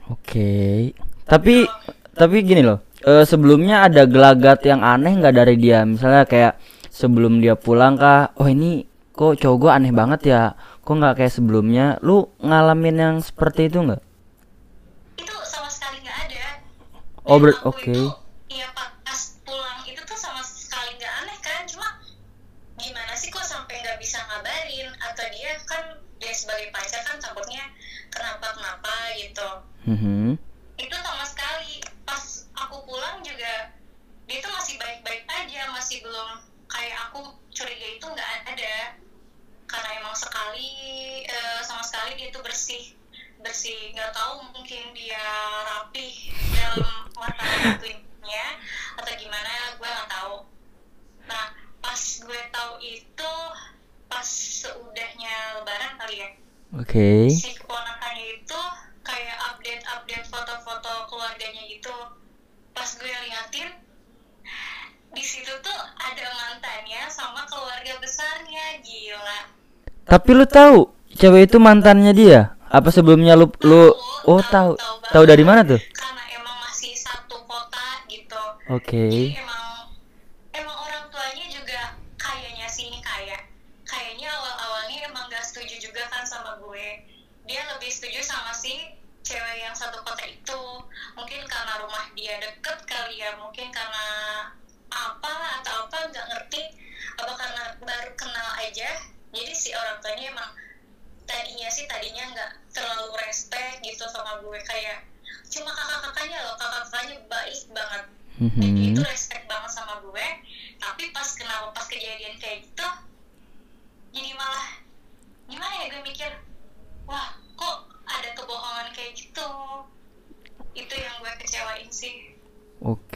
Tapi gini loh, sebelumnya ada gelagat yang aneh nggak dari dia? Misalnya kayak sebelum dia pulang kah, oh ini kok cowok gue aneh banget ya, kok nggak kayak sebelumnya? Lu ngalamin yang seperti itu nggak? Itu sama sekali nggak ada. Oke. Iya pas pulang itu tuh sama sekali nggak aneh kan, cuma gimana sih kok sampai nggak bisa ngabarin, atau dia sebagai pacar kan takutnya kenapa gitu. Itu sama sekali. Pas aku pulang juga dia tuh masih baik-baik aja, masih belum kayak aku curiga itu nggak ada, karena emang sama sekali dia tuh bersih, nggak tahu mungkin dia rapi dalam mata itunya atau gimana, gue nggak tahu. Nah pas gue tahu itu pas seudahnya lebaran kali ya. Si keponakannya itu kayak update foto-foto keluarganya gitu. Pas gue liatin di situ tuh ada mantannya sama keluarga besarnya, gila. Tapi lu tahu cewek itu mantannya dia? Apa sebelumnya lu tahu dari mana tuh? Karena emang masih satu kota gitu. Jadi emang orang tuanya juga kayaknya awal-awalnya emang gak setuju juga kan sama gue. Dia lebih setuju sama si cewek yang satu kota itu. Mungkin karena rumah dia deket kali ya, mungkin karena apa nggak ngerti, apa karena baru kenal aja. Jadi si orang tuanya emang tadinya nggak terlalu respect gitu sama gue, kayak cuma kakak-kakaknya baik banget. Jadi itu respect banget sama gue. Tapi pas kejadian kayak gitu, jadi malah gimana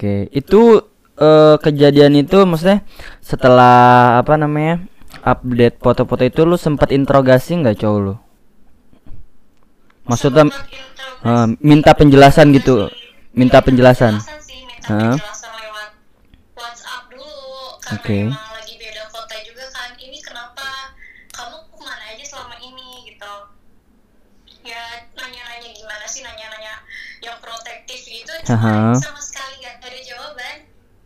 Oke, itu kejadian itu maksudnya setelah apa namanya update foto-foto itu lu sempat interogasi nggak cowok lu? Maksudnya Sempat interogasi, minta penjelasan gitu, minta minta penjelasan. penjelasan sih, minta Hah? penjelasan lewat WhatsApp dulu karena Oke. emang lagi beda kota juga kan. Ini kenapa kamu kemana aja selama ini gitu? Ya nanya-nanya gimana sih, nanya-nanya yang protektif gitu, cuma Haha. sama sekali gak ada jawaban.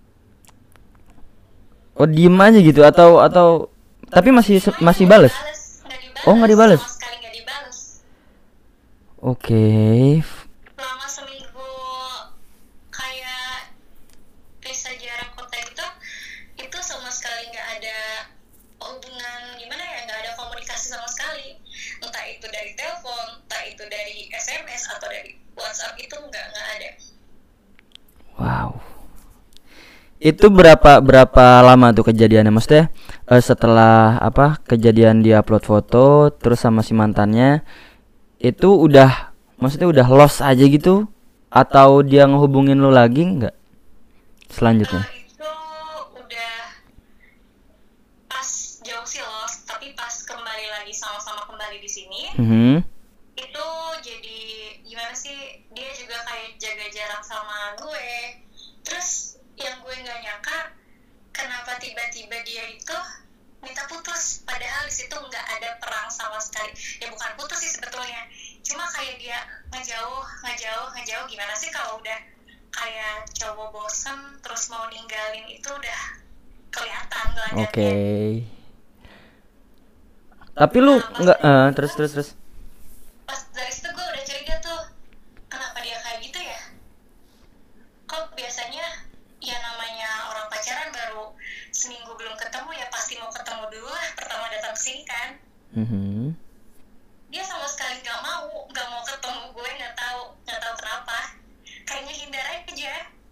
Oh, diem aja gitu atau tapi masih Diem aja, masih nggak bales? dibales, nggak Oh, nggak dibales, dibales. sama sekali nggak dibales. Oke. Selama seminggu kayak Risa jarak kota itu sama sekali nggak ada hubungan, gimana ya, nggak ada komunikasi sama sekali, entah itu dari telepon, entah itu dari SMS atau dari WhatsApp, itu nggak ada. Wow. Itu berapa lama tuh kejadiannya? Maksudnya setelah apa kejadian dia upload foto terus sama si mantannya itu udah maksudnya udah lost aja gitu atau dia ngehubungin lu lagi nggak selanjutnya? Itu udah pas jauh sih lost, tapi pas kembali lagi sama-sama kembali di sini Mhm. itu jadi gimana sih, dia juga kayak jaga jarak sama gue. Terus yang gue nggak nyangka kenapa tiba-tiba dia itu minta putus, padahal di situ nggak ada perang sama sekali. Ya bukan putus sih sebetulnya, cuma kayak dia ngejauh. Gimana sih kalau udah kayak cowok bosen terus mau ninggalin, itu udah kelihatan Oke. gelagatnya. Tapi lu Nah pas nggak dari terus situ terus terus. pas dari situ gue udah curiga tuh, kenapa dia kayak gitu ya? Kok biasanya ya namanya orang pacaran baru seminggu belum ketemu ya pasti mau ketemu dulu lah pertama datang ke sini kan. Mhm. Dia sama sekali nggak mau ketemu gue, nggak tahu kenapa, kayaknya hindar aja.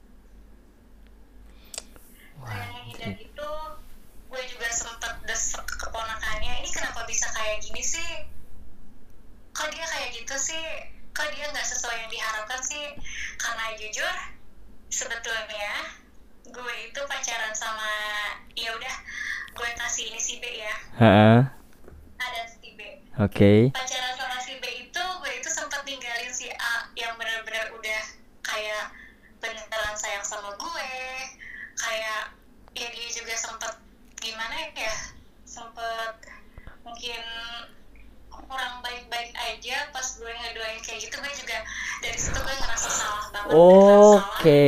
Kayaknya hindar gitu. Gue juga sempet desek keponakannya, ini kenapa bisa kayak gini sih, kok dia kayak gitu sih, kok dia nggak sesuai yang diharapkan sih. Karena jujur sebetulnya gue itu pacaran sama, ya udah gue kasih ini si B ya, Heeh. ada si B. Oke. Pacaran sama si B itu gue itu sempat ninggalin si A yang benar-benar udah kayak beneran sayang sama gue, kayak ya dia juga sempat gimana ya, sempat mungkin kurang baik-baik aja pas gue ngedoain kayak gitu. Gue juga dari situ gue ngerasa salah banget, beneran salah. Oke.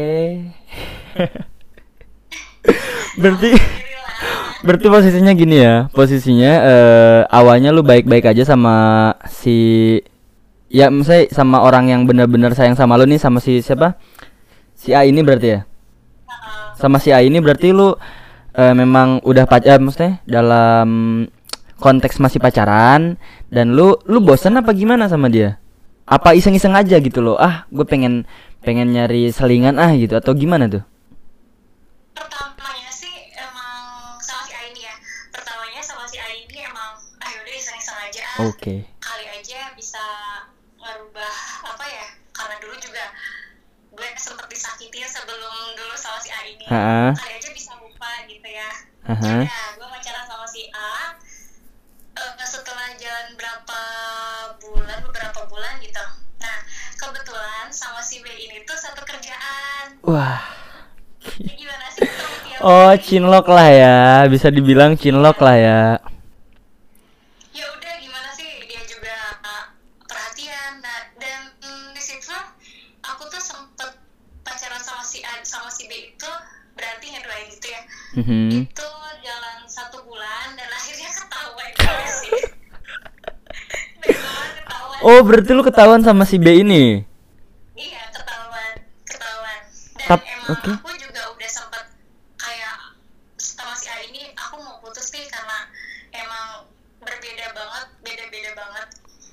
Berarti Alhamdulillah. berarti posisinya gini ya. Posisinya awalnya lu baik-baik aja sama si ya misalnya sama orang yang benar-benar sayang sama lu nih sama si siapa? Si A ini berarti ya. Sama si A ini berarti lu memang udah pacar maksudnya dalam konteks masih pacaran dan lu bosan apa gimana sama dia? Apa iseng-iseng aja gitu loh. Ah, gue pengen nyari selingan gitu atau gimana tuh? Pertamanya sih emang sama si A ini ya, pertamanya sama si A ini emang udah iseng-iseng aja, Oke. kali aja bisa ngerubah apa ya, karena dulu juga gue sempet disakitin sebelum dulu sama si A ini, Heeh. kali aja bisa lupa gitu ya. Heeh. Ya gue pacaran sama si A, setelah jalan beberapa bulan gitu. Nah kebetulan sama si B ini tuh satu kerjaan. Wah. Ya, gimana sih ketemu tiap Oh, hari? cinlok lah ya. Bisa dibilang cinlok lah ya. Ya udah gimana sih, dia juga perhatian. Nah dan di situ aku tuh sempet pacaran sama si A sama si B itu, berarti ngedoain gitu ya. Mhm. Itu jalan 1 bulan dan akhirnya ketahuan juga sih. Beneran ketahuan. Oh, berarti lu ketahuan sama si B ini. Iya ketahuan. Dan Tap, emang oke. aku juga udah sempet kayak sama si A ini aku mau putus nih karena emang beda banget.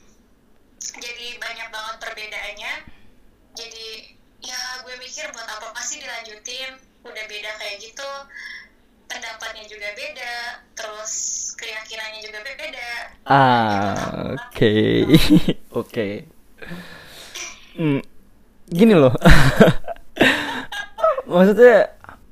Jadi banyak banget perbedaannya. Jadi ya gue mikir buat apa sih dilanjutin, udah beda kayak gitu, pendapatnya juga beda, terus keyakinannya juga beda. Oke. Oke. Gini loh. maksudnya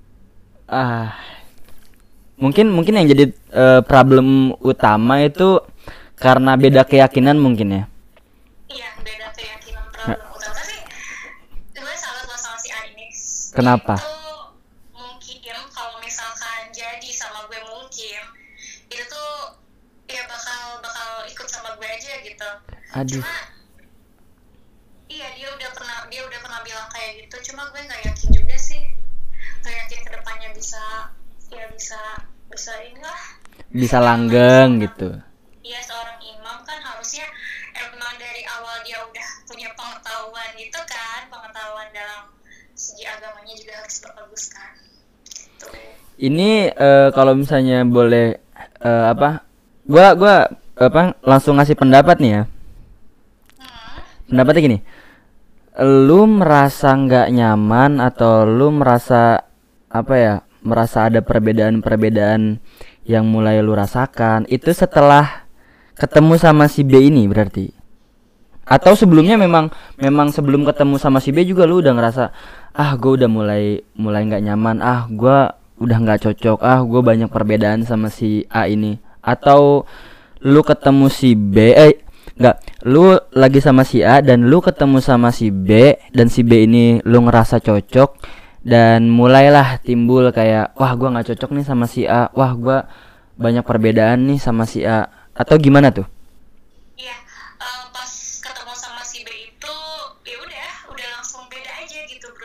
mungkin yang jadi problem utama itu karena beda keyakinan mungkin ya. Iya, beda keyakinan problem utama. Tapi gue salut sama si A ini. Kenapa? Itu mungkin kalau misalkan jadi sama gue mungkin itu tuh ya bakal ikut sama gue aja gitu. Aduh. Cuma iya dia udah pernah bilang kayak gitu. Cuma gue nggak yakin juga sih. Nggak yakin kedepannya bisa inilah. Bisa langgeng gitu. Iya, seorang imam kan harusnya emang dari awal dia udah punya pengetahuan gitu kan, pengetahuan dalam segi agamanya juga harus bagus kan. Gitu. Ini kalau misalnya boleh gua langsung ngasih pendapat nih ya. Pendapatnya gini, lu merasa nggak nyaman atau lu merasa ada perbedaan yang mulai lu rasakan itu setelah ketemu sama si B ini berarti? Atau sebelumnya memang sebelum ketemu sama si B juga lu udah ngerasa gue udah mulai nggak nyaman, gue udah nggak cocok, gue banyak perbedaan sama si A ini? Atau lu ketemu si B lu lagi sama si A dan lu ketemu sama si B dan si B ini lu ngerasa cocok dan mulailah timbul kayak gue nggak cocok nih sama si A, gue banyak perbedaan nih sama si A, atau gimana tuh? Iya, pas ketemu sama si B itu ya udah langsung beda aja gitu bro.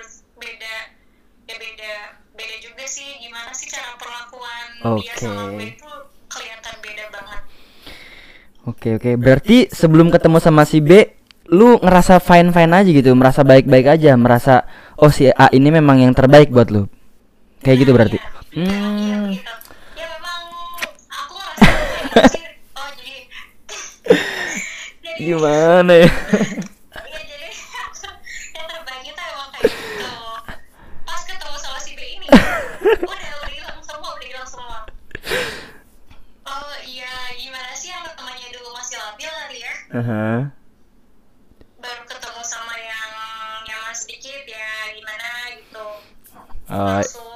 Beda juga sih, gimana sih cara perlakuan dia sama gue itu kelihatan beda banget. Oke, berarti sebelum ketemu sama si B lu ngerasa fine aja gitu, merasa baik aja, merasa si A ini memang yang terbaik buat lu, kayak gitu berarti? Iya gitu. Ya memang aku ngerasa sih. Jadi gimana ya? Iya, jadi yang terbaik itu emang kayak gitu. Pas ketemu sama si B ini udah hilang semua. Oh iya, gimana sih yang namanya dulu masih labil kali ya. Baru ketemu sama yang masih sedikit ya gimana gitu. Langsung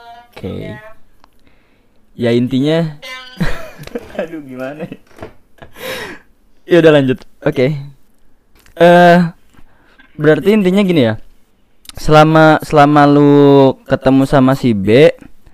ya intinya dan aduh gimana ya udah lanjut. Berarti intinya gini ya, selama lu ketemu sama si B,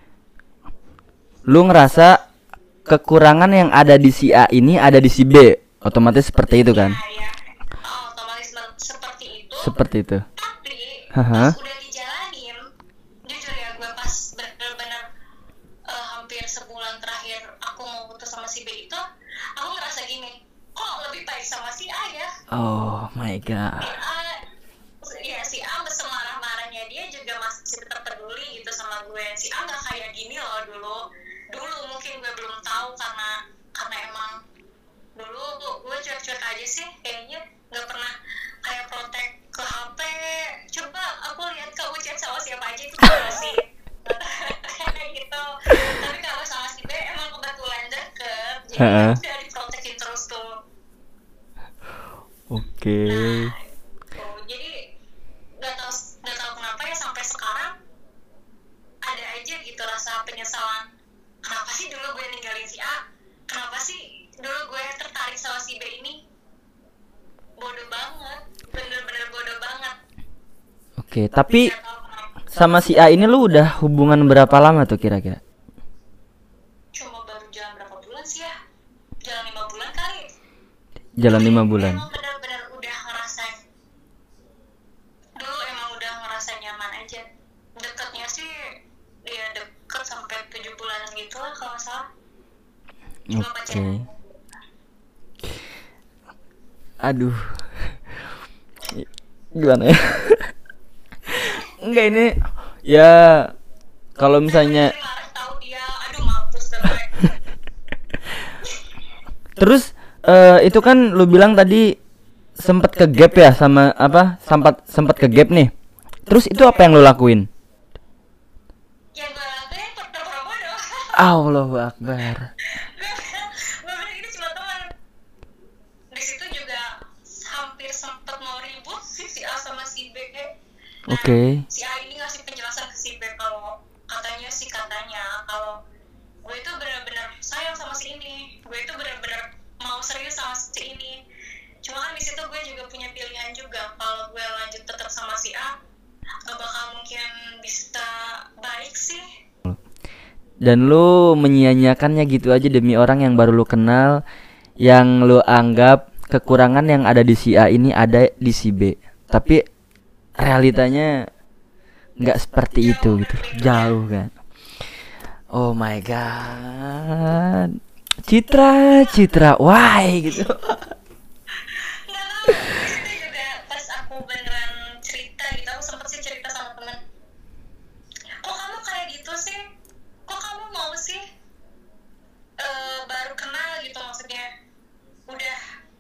lu ngerasa kekurangan yang ada di si A ini ada di si B, otomatis seperti itu kan? Ya. Otomatis seperti itu. Tapi pas udah dijalanin, jujur ya gue pas bener-bener hampir sebulan terakhir aku mau putus sama si B itu, aku ngerasa gini, kok lebih baik sama si A ya. Oh my god. Si A semarah-marahnya dia juga masih tetap peduli gitu sama gue. Si A nggak kayak gini loh dulu mungkin gue belum tahu karena emang dulu gue cuek-cuek aja sih kayaknya, nggak pernah kayak protek ke HP. Coba aku lihat kamu chat sama siapa aja itu juga sih kayak gitu. Tapi kalau sama si B emang kebetulan deket, jadi udah diprotekin terus tuh. Nah, jadi nggak tahu kenapa ya sampai sekarang ada aja gitu rasa penyesalan. Kenapa sih dulu gue ninggalin si A? Kenapa sih dulu gue tertarik sama si B ini? Bodoh banget, bener-bener bodoh banget. Tapi sama si A ini lu udah hubungan berapa lama tuh kira-kira? Cuma baru jalan berapa bulan sih ya? Jalan 5 bulan kali. Jalan 5 bulan. Emang bener-bener udah ngerasain. Dulu emang udah ngerasa nyaman aja. Deketnya sih ya deket sampai 7 bulanan gitu lah kalau salah. Cuma pacaran. Aduh, gimana ya? Enggak, ini ya kalau misalnya terus itu kan lu bilang tadi sempat ke gap ya, sama sempat ke gap nih. Terus itu apa yang lu lakuin? Yang gue lakuin pura-pura bodoh. Allahu Akbar. Gue bilang ini cuma teman. Di situ juga hampir sempat mau ribut si A sama si B. Nah, si A ini ngasih penjelasan ke si B kalau sama si ini. Cuma kan di situ gue juga punya pilihan juga, kalau gue lanjut tetap sama si A gak bakal mungkin bisa baik sih. Dan lu menyia-nyiakannya gitu aja demi orang yang baru lu kenal, yang lu anggap kekurangan yang ada di si A ini ada di si B, tapi realitanya nggak seperti itu gitu, jauh kan. Oh my god, Citra, why gitu. Nggak tahu, itu juga pas aku beneran cerita gitu, aku sempet sih cerita sama temen, kok kamu kayak gitu sih, kok kamu mau sih baru kenal gitu, maksudnya udah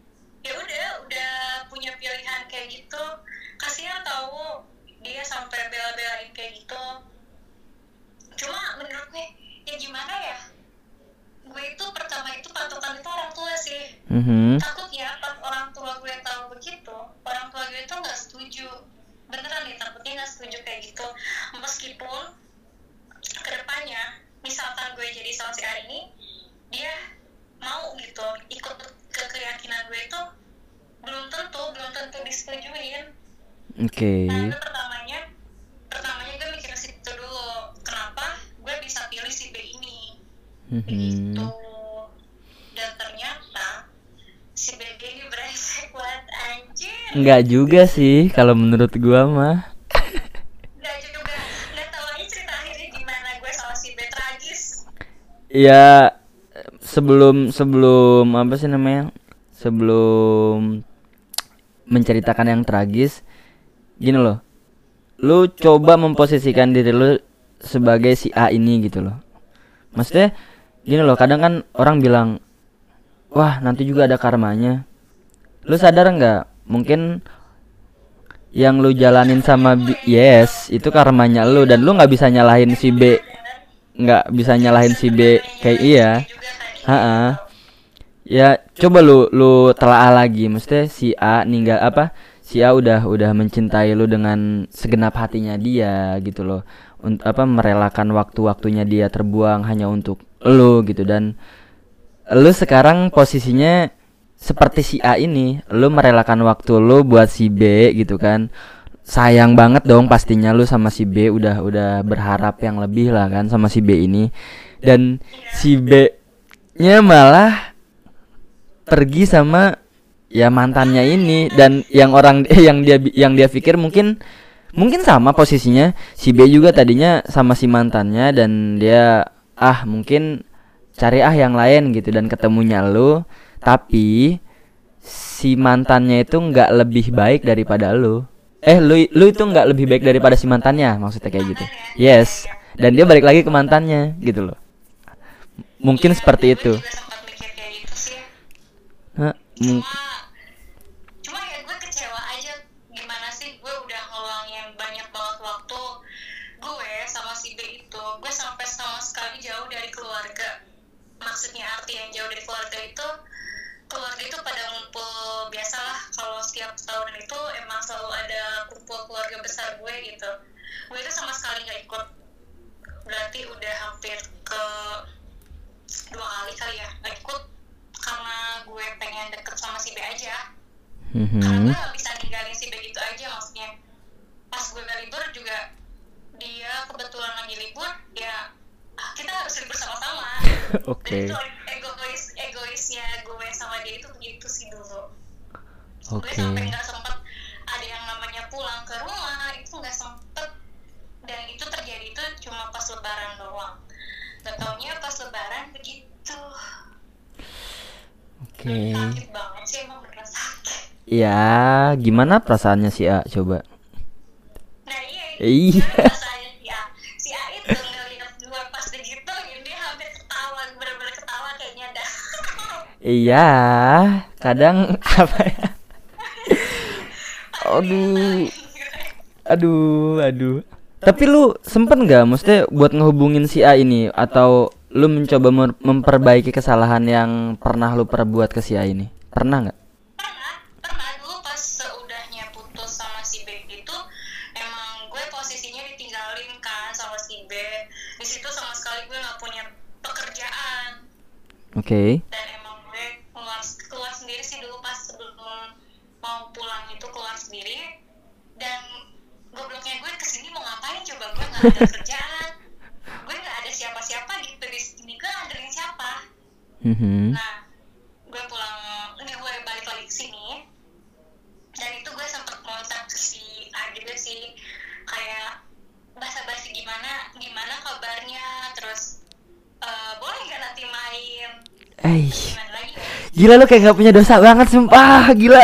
punya pilihan kayak gitu, kasihan tahu dia sampai bela-belain kayak gitu. Cuma menurut gue ya gimana ya, gue itu pertama itu patokan itu orang tua sih. Takutnya pas orang tua gue tahu begitu, orang tua gue itu nggak setuju, beneran nih, takutnya nggak setuju kayak gitu. Meskipun kedepannya misalkan gue jadi sama si A ini, dia mau gitu ikut ke keyakinan gue itu belum tentu disetujuin. Oke. Nah itu pertamanya gue mikir situ dulu, kenapa gue bisa pilih si B ini gitu. Dan ternyata si B ini brengsek banget anjir. Enggak juga sih kalau menurut gua mah. Enggak juga, nggak tahu aja cerita akhirnya gimana gue sama si B, tragis. Ya sebelum apa sih namanya, sebelum menceritakan yang tragis, gini loh, lu coba memposisikan diri lu sebagai si A ini gitu loh. Maksudnya gini loh, kadang kan orang bilang, wah nanti juga ada karmanya. Lu sadar nggak, mungkin yang lu jalanin sama yes itu karmanya lu, dan lu nggak bisa nyalahin si B, nggak bisa nyalahin si B kayak iya. Ya coba lu telaah lagi, maksudnya si A ninggal apa, si A udah mencintai lu dengan segenap hatinya dia gitu loh, merelakan waktunya dia terbuang hanya untuk lu gitu. Dan lu sekarang posisinya seperti si A ini, lu merelakan waktu lu buat si B gitu kan. Sayang banget dong pastinya lu sama si B, udah berharap yang lebih lah kan sama si B ini, dan si B nya malah pergi sama ya mantannya ini. Dan yang orang yang dia pikir mungkin sama posisinya, si B juga tadinya sama si mantannya, dan dia mungkin cari yang lain gitu, dan ketemunya lu, tapi si mantannya itu nggak lebih baik daripada lu. Lu itu nggak lebih baik daripada si mantannya, maksudnya kayak gitu. Yes, dan dia balik lagi ke mantannya gitu loh. Mungkin seperti itu. Cuma ya gue kecewa aja, gimana sih, gue udah ngeluangin banyak banget waktu gue sama si B itu, gue sampai sama sekali jauh dari keluarga. Maksudnya arti yang jauh dari keluarga itu pada ngumpul, biasalah kalau setiap tahun itu emang selalu ada kumpul keluarga besar gue gitu. Gue itu sama sekali gak ikut, berarti udah hampir ke 2 kali kali ya gak ikut, karena gue pengen deket sama si B aja. Karena gue gak bisa ninggalin si B gitu aja, maksudnya pas gue libur juga dia kebetulan lagi libur, ya kita harus libur sama-sama. Oke. Dan itu egoisnya gue sama dia itu begitu sih dulu. Oke. Gue sampai gak sempet ada yang namanya pulang ke rumah, itu gak sempet. Dan itu terjadi itu cuma pas lebaran doang. Gak taunya pas lebaran begitu. Oke. Sakit banget sih, emang beneran sakit. Ya, gimana perasaannya si A coba? Nah Iya. Perasaannya si A itu ngeliat gue pas begitu, dia hampir ketawa, bener-bener ketawa kayaknya dah. Iya, kadang apa ya? Aduh. Tapi lu sempet nggak, maksudnya buat ngehubungin si A ini, atau lu mencoba memperbaiki kesalahan yang pernah lu perbuat ke si A ini? Pernah nggak? Pernah dulu pas seudahnya putus sama si B itu, emang gue posisinya ditinggalin kan sama si B. Di situ sama sekali gue nggak punya pekerjaan. Oke. Dan emang gue keluar sendiri sih dulu pas sebelum mau pulang itu keluar sendiri. Dan gobloknya gue kesini mau ngapain coba, gue nggak ada kerjaan, gue nggak ada siapa-siapa gitu di sini, gue nganterin siapa. Nah gue pulang, ini gue balik lagi ke sini, dan itu gue sempet kontak ke si A juga sih, kayak basa-basi gimana kabarnya, terus boleh nggak nanti main. Gimana lagi ya? Gila lu kayak gak punya dosa banget sumpah, gila.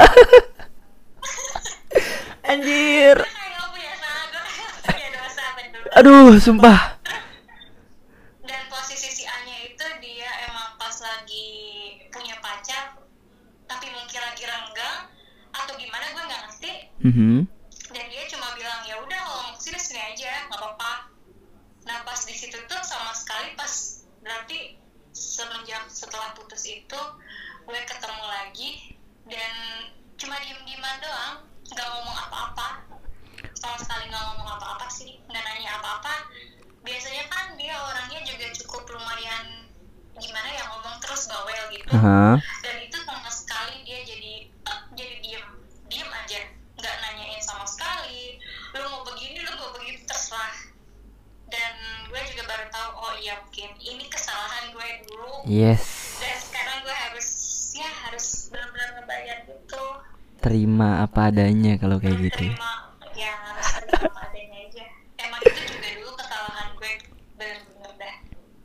Anjir. Gue kayak gak punya salah, gue kayak punya dosa bener. Aduh sumpah. Dan posisi si A-nya itu dia emang pas lagi punya pacar, tapi mungkin lagi renggang atau gimana gue nggak ngerti. Dan dia cuma bilang ya udah kalau mau kesini sini aja nggak apa-apa. Nah pas di situ tuh sama sekali pas berarti semenjak setelah putus itu gue ketemu lagi dan cuma diem-dieman doang, nggak ngomong apa-apa, sama sekali nggak ngomong apa-apa sih, nggak nanya apa-apa. Biasanya kan dia orangnya juga cukup lumayan gimana ya, ngomong terus bawel gitu. Dan itu sama sekali dia jadi diem aja, nggak nanyain sama sekali, lu mau begini lu mau begitu terserah. Dan gue juga baru tahu oh iya mungkin ini kesalahan gue dulu. Yes. Dan sekarang gue harus benar-benar ngebayar gitu. Terima apa adanya kalau kayak gitu. Harus terima apa adanya aja. Emang itu juga dulu kesalahan gue benar-benar dah.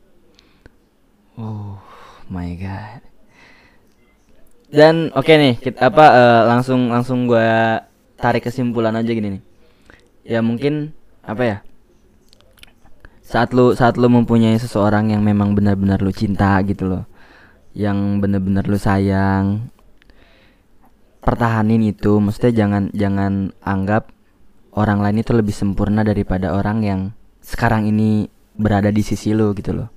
Oh my god. Dan oke nih, kita langsung gue tarik kesimpulan aja gini nih. Ya mungkin apa ya? Saat lu mempunyai seseorang yang memang benar-benar lu cinta gitu loh, yang benar-benar lu sayang, pertahanin itu. Maksudnya jangan anggap orang lain itu lebih sempurna daripada orang yang sekarang ini berada di sisi lu gitu loh.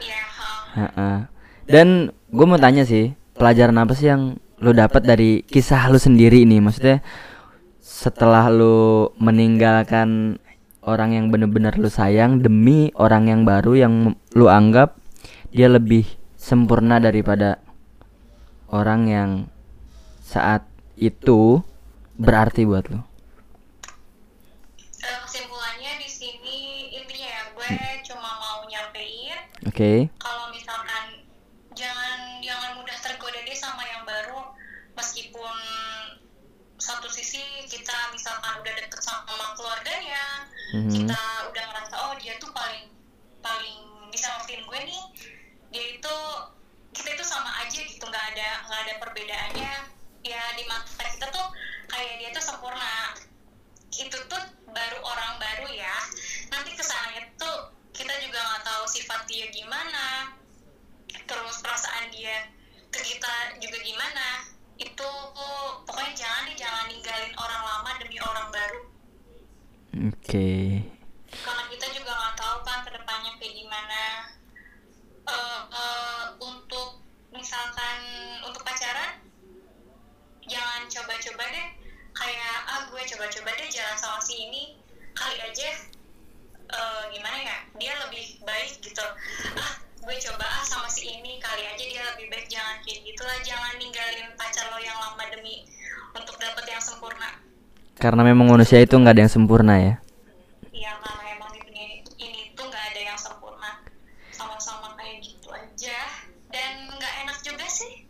Dan gue mau tanya sih, pelajaran apa sih yang lu dapat dari kisah lu sendiri ini? Maksudnya setelah lu meninggalkan orang yang benar-benar lu sayang demi orang yang baru yang lu anggap dia lebih sempurna daripada orang yang saat itu berarti buat lu. Kesimpulannya di sini intinya ya gue cuma mau nyampein. Kalau misalkan jangan mudah tergoda deh sama yang baru, meskipun satu sisi kita misalkan udah deket sama keluarganya, kita udah ngerasa oh dia tuh paling bisa ngertiin gue nih, kita itu sama aja gitu, nggak ada perbedaannya ya, di mata kita tuh kayak dia tuh sempurna. Itu tuh baru orang baru ya, nanti kesananya tuh kita juga nggak tahu sifat dia gimana, terus perasaan dia ke kita juga gimana. Itu pokoknya jangan ninggalin orang lama demi orang baru. Karena kita juga nggak tahu kan kedepannya kayak gimana. Untuk misalkan untuk pacaran, jangan coba-coba deh kayak gue coba-coba deh jalan sama si ini, kali aja gimana ya dia lebih baik gitu. Gue coba sama si ini, kali aja dia lebih baik. Jangan kayak gitulah, jangan ninggalin pacar lo yang lama demi untuk dapet yang sempurna. Karena memang manusia itu nggak ada yang sempurna ya. Iya, karena emang di dunia ini tuh nggak ada yang sempurna, sama-sama kayak gitu aja, dan nggak enak juga sih.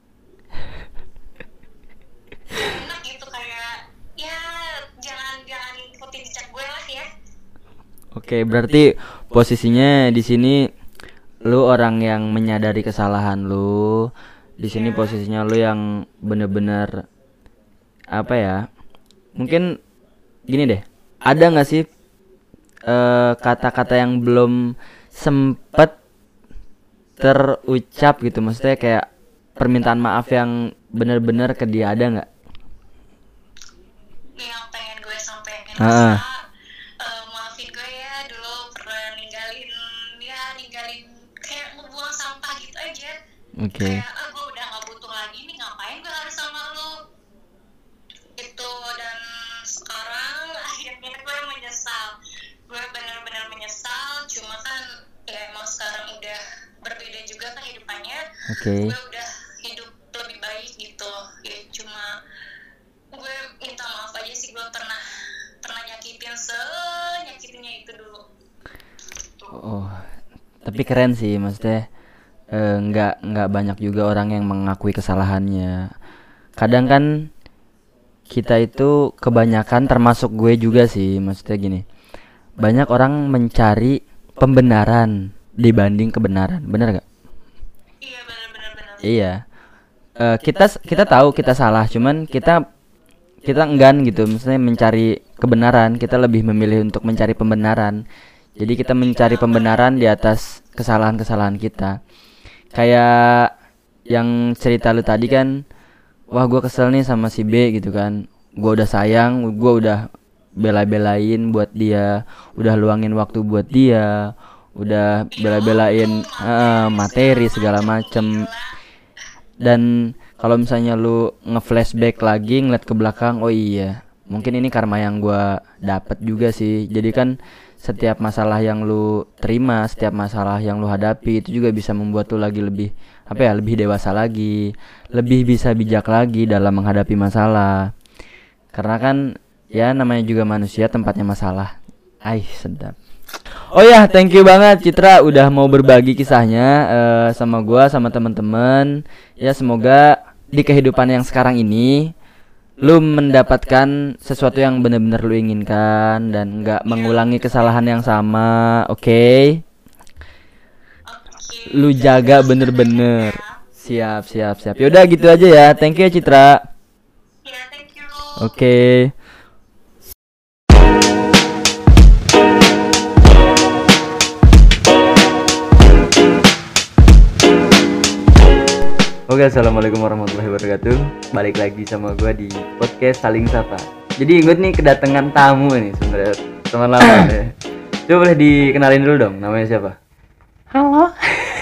Enak gitu kayak ya jangan ikutin jejak gue lah ya. Berarti posisinya di sini lu orang yang menyadari kesalahan lu. Di sini posisinya lu yang bener-bener apa ya? Mungkin gini deh. Ada nggak sih kata-kata yang belum sempet terucap gitu? Maksudnya kayak permintaan maaf yang bener-bener ke dia, ada nggak? Yang pengen gue sampein maafin gue ya, dulu pernah ninggalin kayak ngebuang sampah gitu aja. Kayak gue udah gak butuh lagi nih, ngapain gue harus sama lo itu. Dan sekarang akhirnya gue menyesal, gue benar-benar menyesal. Cuma kan ya emang sekarang udah berbeda juga kehidupannya. Gue udah hidup lebih baik gitu. gue minta maaf aja sih, gue pernah nyakitinnya itu dulu. Oh, tapi keren sih, maksudnya nggak banyak juga orang yang mengakui kesalahannya. Kadang kan kita itu kebanyakan, termasuk gue juga sih, maksudnya gini, banyak orang mencari pembenaran dibanding kebenaran, bener gak? Iya, benar. Iya. Kita tahu kita salah, cuman kita enggan gitu, misalnya mencari kebenaran, kita lebih memilih untuk mencari pembenaran. Jadi kita mencari pembenaran di atas kesalahan-kesalahan kita. Kayak yang cerita lu tadi kan, wah gue kesel nih sama si B gitu kan, gue udah sayang, gue udah bela-belain buat dia, udah luangin waktu buat dia, udah bela-belain materi segala macem. Dan kalau misalnya lu nge-flashback lagi, ngeliat ke belakang, oh iya, mungkin ini karma yang gue dapet juga sih. Jadi kan setiap masalah yang lu terima, setiap masalah yang lu hadapi, itu juga bisa membuat lu lagi lebih lebih dewasa lagi, lebih bisa bijak lagi dalam menghadapi masalah. Karena kan ya namanya juga manusia, tempatnya masalah. Sedap. Oh ya, thank you banget Citra udah mau berbagi kisahnya sama gua, sama teman-teman. Ya semoga di kehidupan yang sekarang ini lu mendapatkan sesuatu yang benar-benar lu inginkan dan nggak mengulangi kesalahan yang sama, oke? Lu jaga bener-bener. Siap. Yaudah gitu aja ya. Thank you ya Citra. Ya, thank you. Oke. Oke, assalamualaikum warahmatullahi wabarakatuh. Balik lagi sama gue di podcast Saling Sapa. Jadi gue nih kedatangan tamu nih sebenarnya, teman lama ya. Coba boleh dikenalin dulu dong, namanya siapa? Halo.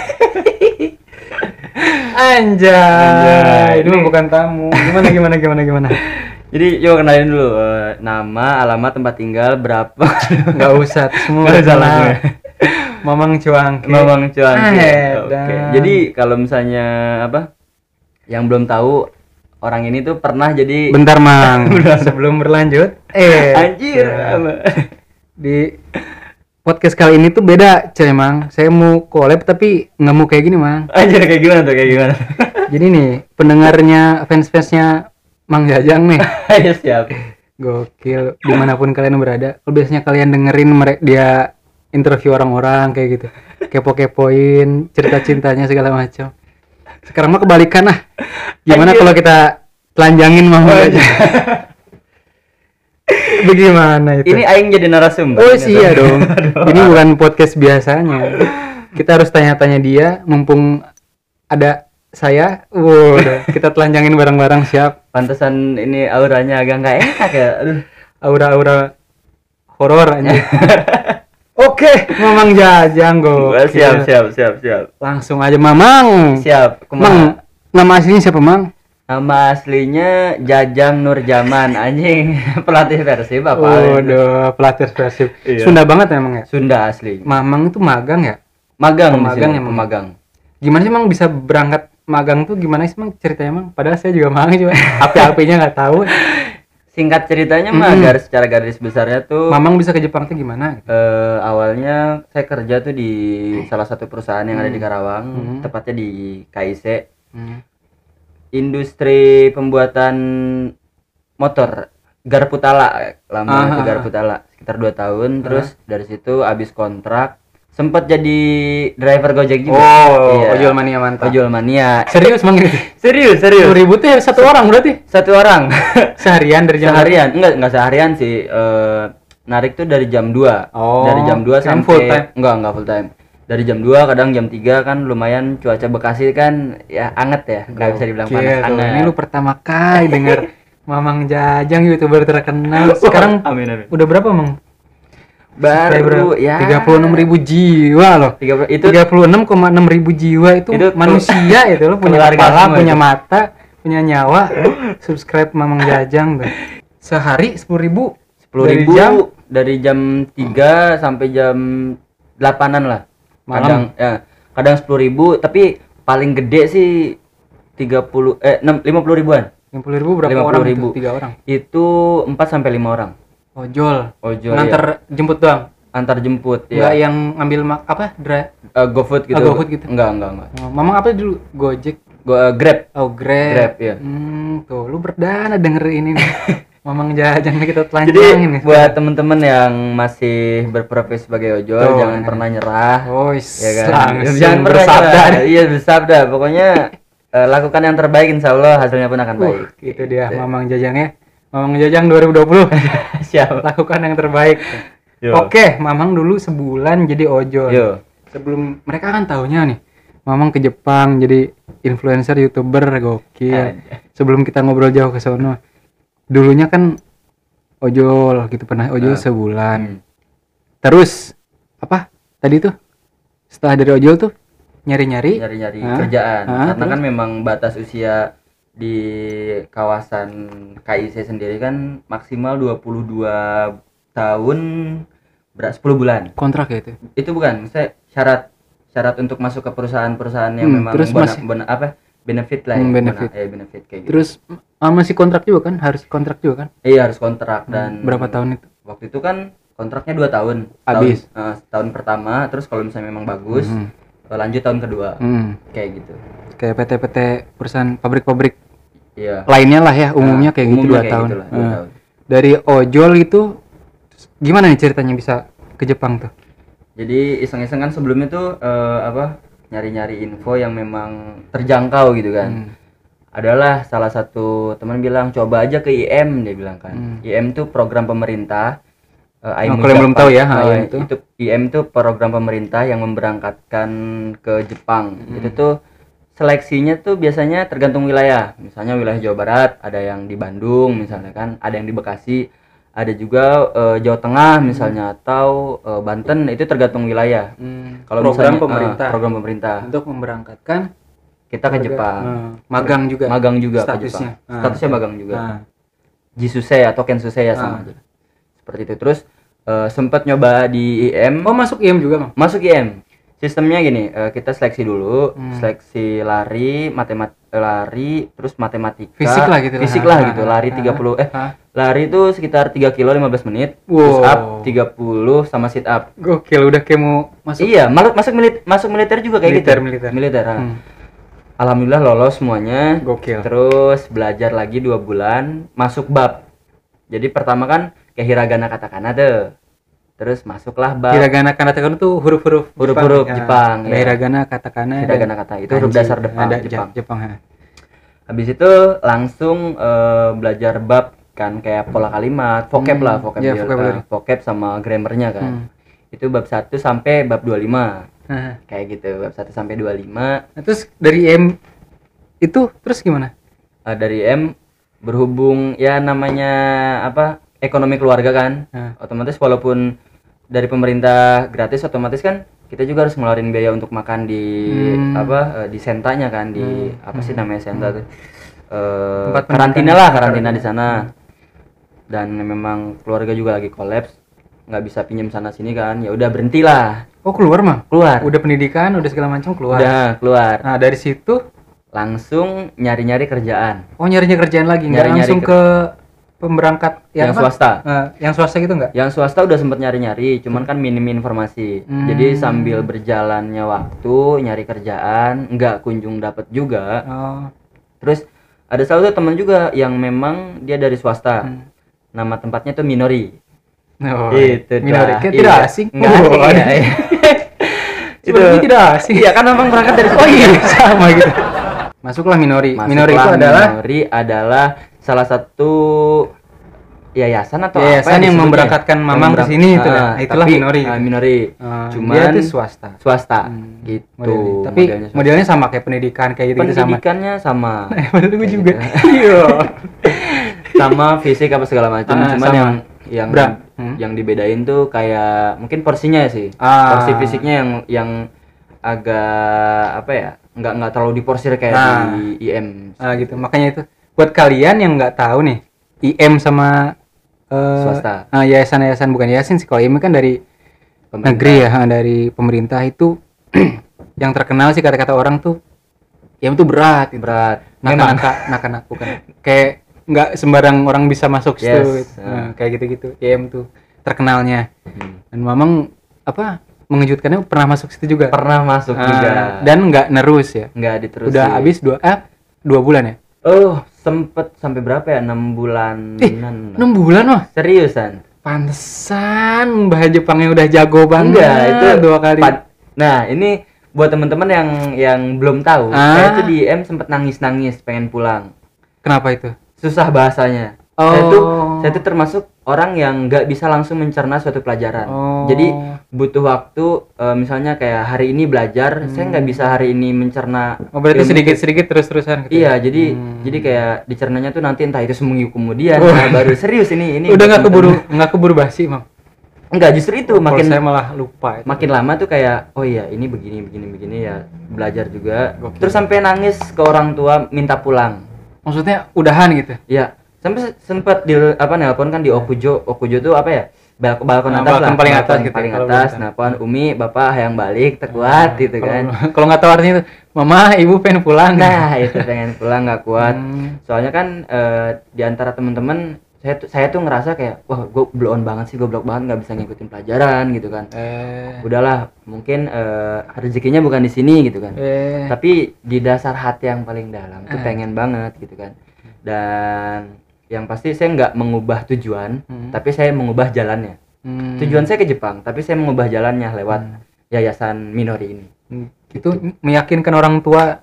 Anjay. Ini bukan tamu. Gimana? Jadi coba kenalin dulu nama, alamat, tempat tinggal, berapa? Enggak usah, semua salah. Mamang Cuangki. Oke. Jadi kalau misalnya yang belum tahu, orang ini tuh pernah jadi. Bentar, Mang. Sebelum berlanjut, anjir. Di podcast kali ini tuh beda, Cek, Mang. Saya mau collab tapi nggak mau kayak gini, Mang. Anjir, kayak gimana? Jadi nih, pendengarnya, fans-fansnya Mang Jajang nih. Ayo, siap. Gokil, dimanapun kalian berada. Kalau biasanya kalian dengerin dia interview orang-orang kayak gitu, kepo-kepoin cerita cintanya segala macam. Sekarang mah kebalikan lah. Gimana kalau kita telanjangin Mang aja? Bagaimana itu? Ini aing jadi narasumber. Oh iya dong. Ini bukan podcast biasanya. Kita harus tanya-tanya dia, mumpung ada saya. Kita telanjangin bareng-bareng, siap. Pantesan ini auranya agak nggak enak ya. Aduh. Aura horor aja. Oke, Mamang Jajang go. Siap. Langsung aja Mamang. Siap. Mang, nama aslinya siapa, Mang? Nama aslinya Jajang Nurjaman, anjing. Pelatih Persib apa? Waduh, pelatih Persib. Iya. Sunda banget emang ya? Sunda asli. Mamang itu magang ya? Magang ya, pemagang. Gimana sih Mang bisa berangkat magang tuh, gimana sih Mang ceritanya, Mang? Padahal saya juga magang juga. Api-apinya enggak tahu. Singkat ceritanya mah secara garis besarnya tuh Mamang bisa ke Jepang tuh gimana? Awalnya saya kerja tuh di salah satu perusahaan yang ada di Karawang, tepatnya di KIC. Industri pembuatan motor Garputala, lama itu Garputala sekitar 2 tahun. Terus dari situ abis kontrak sempat jadi driver Gojek juga. Iya. Ojol mania mantap. Ojol mania. Serius Mang gitu? Serius. 10.000 tuh ya satu orang berarti? Satu orang. Seharian dari jam? Seharian. Enggak seharian sih. Narik tuh dari jam 2. Dari jam 2 sampai full time. Enggak full time. Dari jam 2 kadang jam 3 kan lumayan, cuaca Bekasi kan ya anget ya. Enggak bisa dibilang panas anget. Ini lu pertama kali denger Mamang Jajang, YouTuber terkenal. Sekarang amin. Udah berapa, Mang? Baru ya 36.000 jiwa loh. 36,6 ribu jiwa itu manusia itu loh, punya kepala, punya mata, punya nyawa. Subscribe Mamang Jajang tuh. Sehari 10.000 dari jam 3 sampai jam 8-an lah. Malam. Kadang 10.000, tapi paling gede sih 50 ribuan. 50.000 berapa orang itu? 3 orang. Itu 4 sampai 5 orang. Ojol. Ya. Nganter jemput doang. Antar jemput Enggak ya. yang ngambil GoFood gitu. GoFood gitu. Enggak. Mamang apa dulu? Gojek. Grab. Oh, Grab. Grab ya. Tuh, lu berdana denger ini nih. Mamang jajan kita Jadi telanjangin nih. buat temen-temen yang masih berprofesi sebagai ojol, Tuh, jangan pernah nyerah. Oh, Ya kan? langsung Jangan pernah bersabda. nyerah. Iya, bersabda. Pokoknya lakukan yang terbaik, insya Allah hasilnya pun akan baik. Itu dia Mamang Jajangnya. Mamang Jajang 2020. Siap. Lakukan yang terbaik. Yo. Oke, Mamang dulu sebulan jadi ojol. Yo. Sebelum mereka kan taunya nih, Mamang ke Jepang jadi influencer, YouTuber, gokil. Sebelum kita ngobrol jauh ke sono, dulunya kan ojol gitu, pernah ojol sebulan. Terus apa? Tadi tuh setelah dari ojol tuh nyari-nyari kerjaan. Karena terus? kan memang batas usia di kawasan KIC sendiri kan maksimal 22 tahun 10 bulan. Kontrak ya itu. Itu bukan, saya syarat untuk masuk ke perusahaan-perusahaan yang memang terus benefit lah ya. Benefit kayak gitu. Terus masih kontrak juga kan? Harus kontrak juga kan? Iya, harus kontrak. Dan Berapa tahun itu? waktu itu kan kontraknya 2 tahun. Habis. Tahun pertama, terus kalau misalnya memang bagus, lanjut tahun kedua. Kayak gitu. Kayak PT-PT perusahaan pabrik-pabrik Iya. lainnya lah ya, umumnya kayak gitu 2 kayak tahun. gitulah, 2 tahun. Dari ojol itu gimana nih ceritanya bisa ke Jepang tuh? Jadi iseng-iseng kan sebelumnya tuh nyari-nyari info yang memang terjangkau gitu kan. Adalah salah satu teman bilang coba aja ke IM, dia bilang kan. IM tuh program pemerintah. Kalau yang belum tahu ya, itu IM tuh program pemerintah yang memberangkatkan ke Jepang. Itu tuh seleksinya tuh biasanya tergantung wilayah. Misalnya wilayah Jawa Barat ada yang di Bandung misalnya kan, ada yang di Bekasi, ada juga Jawa Tengah misalnya, atau Banten, itu tergantung wilayah. Kalau Program misalnya program pemerintah untuk memberangkatkan kita ke Jepang. Magang juga Ke statusnya. Jepang. Statusnya magang juga. Jisusei atau Kensusei ya sama aja. Seperti itu. Terus sempat nyoba di IM. Oh, masuk IM juga, Bang? Masuk IM. Sistemnya gini, kita seleksi dulu, seleksi lari, terus matematika, fisik lah gitu. Lari 30 lari itu sekitar 3 kilo 15 menit, push up 30 sama sit up. Gokil, udah kayak mau masuk. Iya, masuk militer juga kayak militer. Alhamdulillah lolos semuanya. Gokil. Terus belajar lagi 2 bulan, masuk bab. Jadi pertama kan kayak hiragana katakana tuh. Terus masuklah bab. Hiragana katakana tuh huruf-huruf Jepang. Ada hiragana katakana. Hiragana kata itu huruf dasar Jepang. Habis itu langsung belajar bab kan, kayak pola kalimat, vocab lah, vocab sama grammarnya kan. Itu bab 1 sampai bab 25. Kayak gitu, bab 1 sampai 25. Nah, terus dari M itu terus gimana? Dari M berhubung ya namanya ekonomi keluarga kan. Otomatis walaupun dari pemerintah gratis, otomatis kan kita juga harus ngeluarin biaya untuk makan di di sentanya kan, di apa sih namanya senta tuh, karantina di sana. Dan memang keluarga juga lagi kolaps, nggak bisa pinjam sana sini kan, ya udah berhentilah. Oh, keluar mah? Keluar. Udah pendidikan, udah segala macam keluar. Udah keluar. Nah, dari situ langsung nyari-nyari kerjaan. Oh, nyari kerjaan lagi, nggak langsung ke pemberangkat yang swasta. Yang swasta gitu nggak? Yang swasta udah sempet nyari-nyari, cuman kan minim informasi. Jadi sambil berjalannya waktu nyari kerjaan, nggak kunjung dapet juga. Terus ada salah satu teman juga yang memang dia dari swasta. Nama tempatnya tuh Minori. Itu Minori, tidak asing. Enggak asing. Itu tidak asing. Iya kan memang berangkat dari sama gitu. Masuklah Minori. Minori adalah salah satu yayasan atau yayasan yang memberangkatkan Mamang ke sini itu itulah Minori. Cuman dia itu swasta. Gitu. Tapi modelnya sama kayak pendidikan kayak gitu sama. Pendidikannya sama. Betul gue juga. Iya. Sama fisik apa segala macam. Cuman yang dibedain tuh kayak mungkin porsinya sih. Porsi fisiknya yang agak nggak terlalu diporsir kayak di IM. Gitu. Makanya itu buat kalian yang nggak tahu nih, IM sama swasta. Yayasan bukan yayasan sih, kalau IM kan dari negeri ya, dari pemerintah itu yang terkenal sih kata-kata orang tuh IM tuh berat gitu. Berat. Memang. Naka bukan. Kayak nggak sembarang orang bisa masuk situ. Yes. Gitu. Nah, kayak gitu-gitu. IM tuh terkenalnya. Dan Mamang apa mengejutkannya pernah masuk situ juga. Pernah masuk juga. Dan nggak nerus ya. Nggak diterusin. Udah habis 2 bulan ya? Oh, sempet sampai berapa ya? 6 bulanan. 6 bulan loh. Seriusan? Pantesan Mbah Jepangnya udah jago banget. Enggak, itu 2 kali. Nah, ini buat teman-teman yang belum tahu, saya tuh di IM sempet nangis-nangis pengen pulang. Kenapa itu? Susah bahasanya. Saya tuh termasuk orang yang nggak bisa langsung mencerna suatu pelajaran. Jadi butuh waktu, misalnya kayak hari ini belajar, saya nggak bisa hari ini mencerna. Berarti sedikit-sedikit terus-terusan gitu. Iya, jadi kayak dicernanya tuh nanti entah itu seminggu kemudian, baru serius ini. Udah nggak keburu basi, Mam. Enggak, justru itu saya malah lupa itu. Makin lama tuh kayak oh iya ini begini ya, belajar juga. Terus sampai nangis ke orang tua minta pulang. Maksudnya udahan gitu. Iya, sampai sempat nelpon kan di Okujo tuh apa ya? Balkon atas lah. Paling atas gitu. Paling atas. Nelpon Umi, Bapak yang balik terkuat gitu kan. Kalau enggak tahu artinya itu, Mama, Ibu pengen pulang. Nah, itu pengen pulang enggak kuat. Soalnya kan di antara teman-teman saya tuh ngerasa kayak wah gue blow on banget sih, goblok banget nggak bisa ngikutin pelajaran gitu kan. Udahlah mungkin rezekinya bukan di sini gitu kan. Tapi di dasar hati yang paling dalam tuh pengen banget gitu kan. Dan yang pasti saya nggak mengubah tujuan, tapi saya mengubah jalannya. Tujuan saya ke Jepang, tapi saya mengubah jalannya lewat yayasan Minori ini. Itu meyakinkan orang tua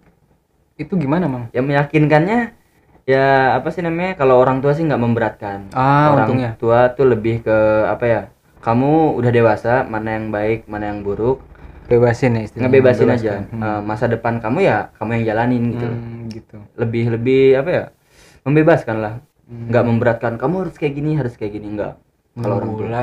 itu gimana, Mang? Ya meyakinkannya ya apa sih namanya, kalau orang tua sih nggak memberatkan. Orang untungnya. tua tuh lebih ke apa ya, kamu udah dewasa, mana yang baik mana yang buruk bebasin ya istilahnya. Ngebebasin aja. Masa depan kamu ya kamu yang jalanin gitu. Gitu. Lebih apa ya, membebaskan lah, nggak memberatkan kamu harus kayak gini enggak. Kalau orang tua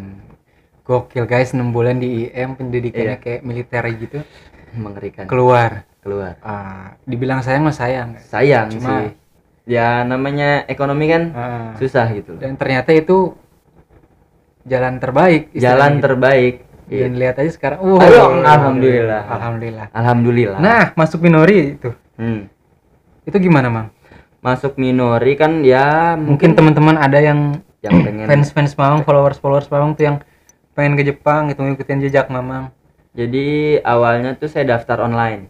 gokil guys, 6 bulan di IM pendidikannya kayak militer gitu, mengerikan. keluar. Dibilang sayang Cuma, sih ya namanya ekonomi kan susah gitu. Dan ternyata itu jalan terbaik. Dan lihat aja sekarang. Alhamdulillah. Nah, masuk Minori itu. Itu gimana, Mang? Masuk Minori kan ya mungkin teman-teman ada yang pengen fans Mamang, followers Mamang tuh yang pengen ke Jepang gitu, ngikutin jejak Mamang. Jadi awalnya tuh saya daftar online.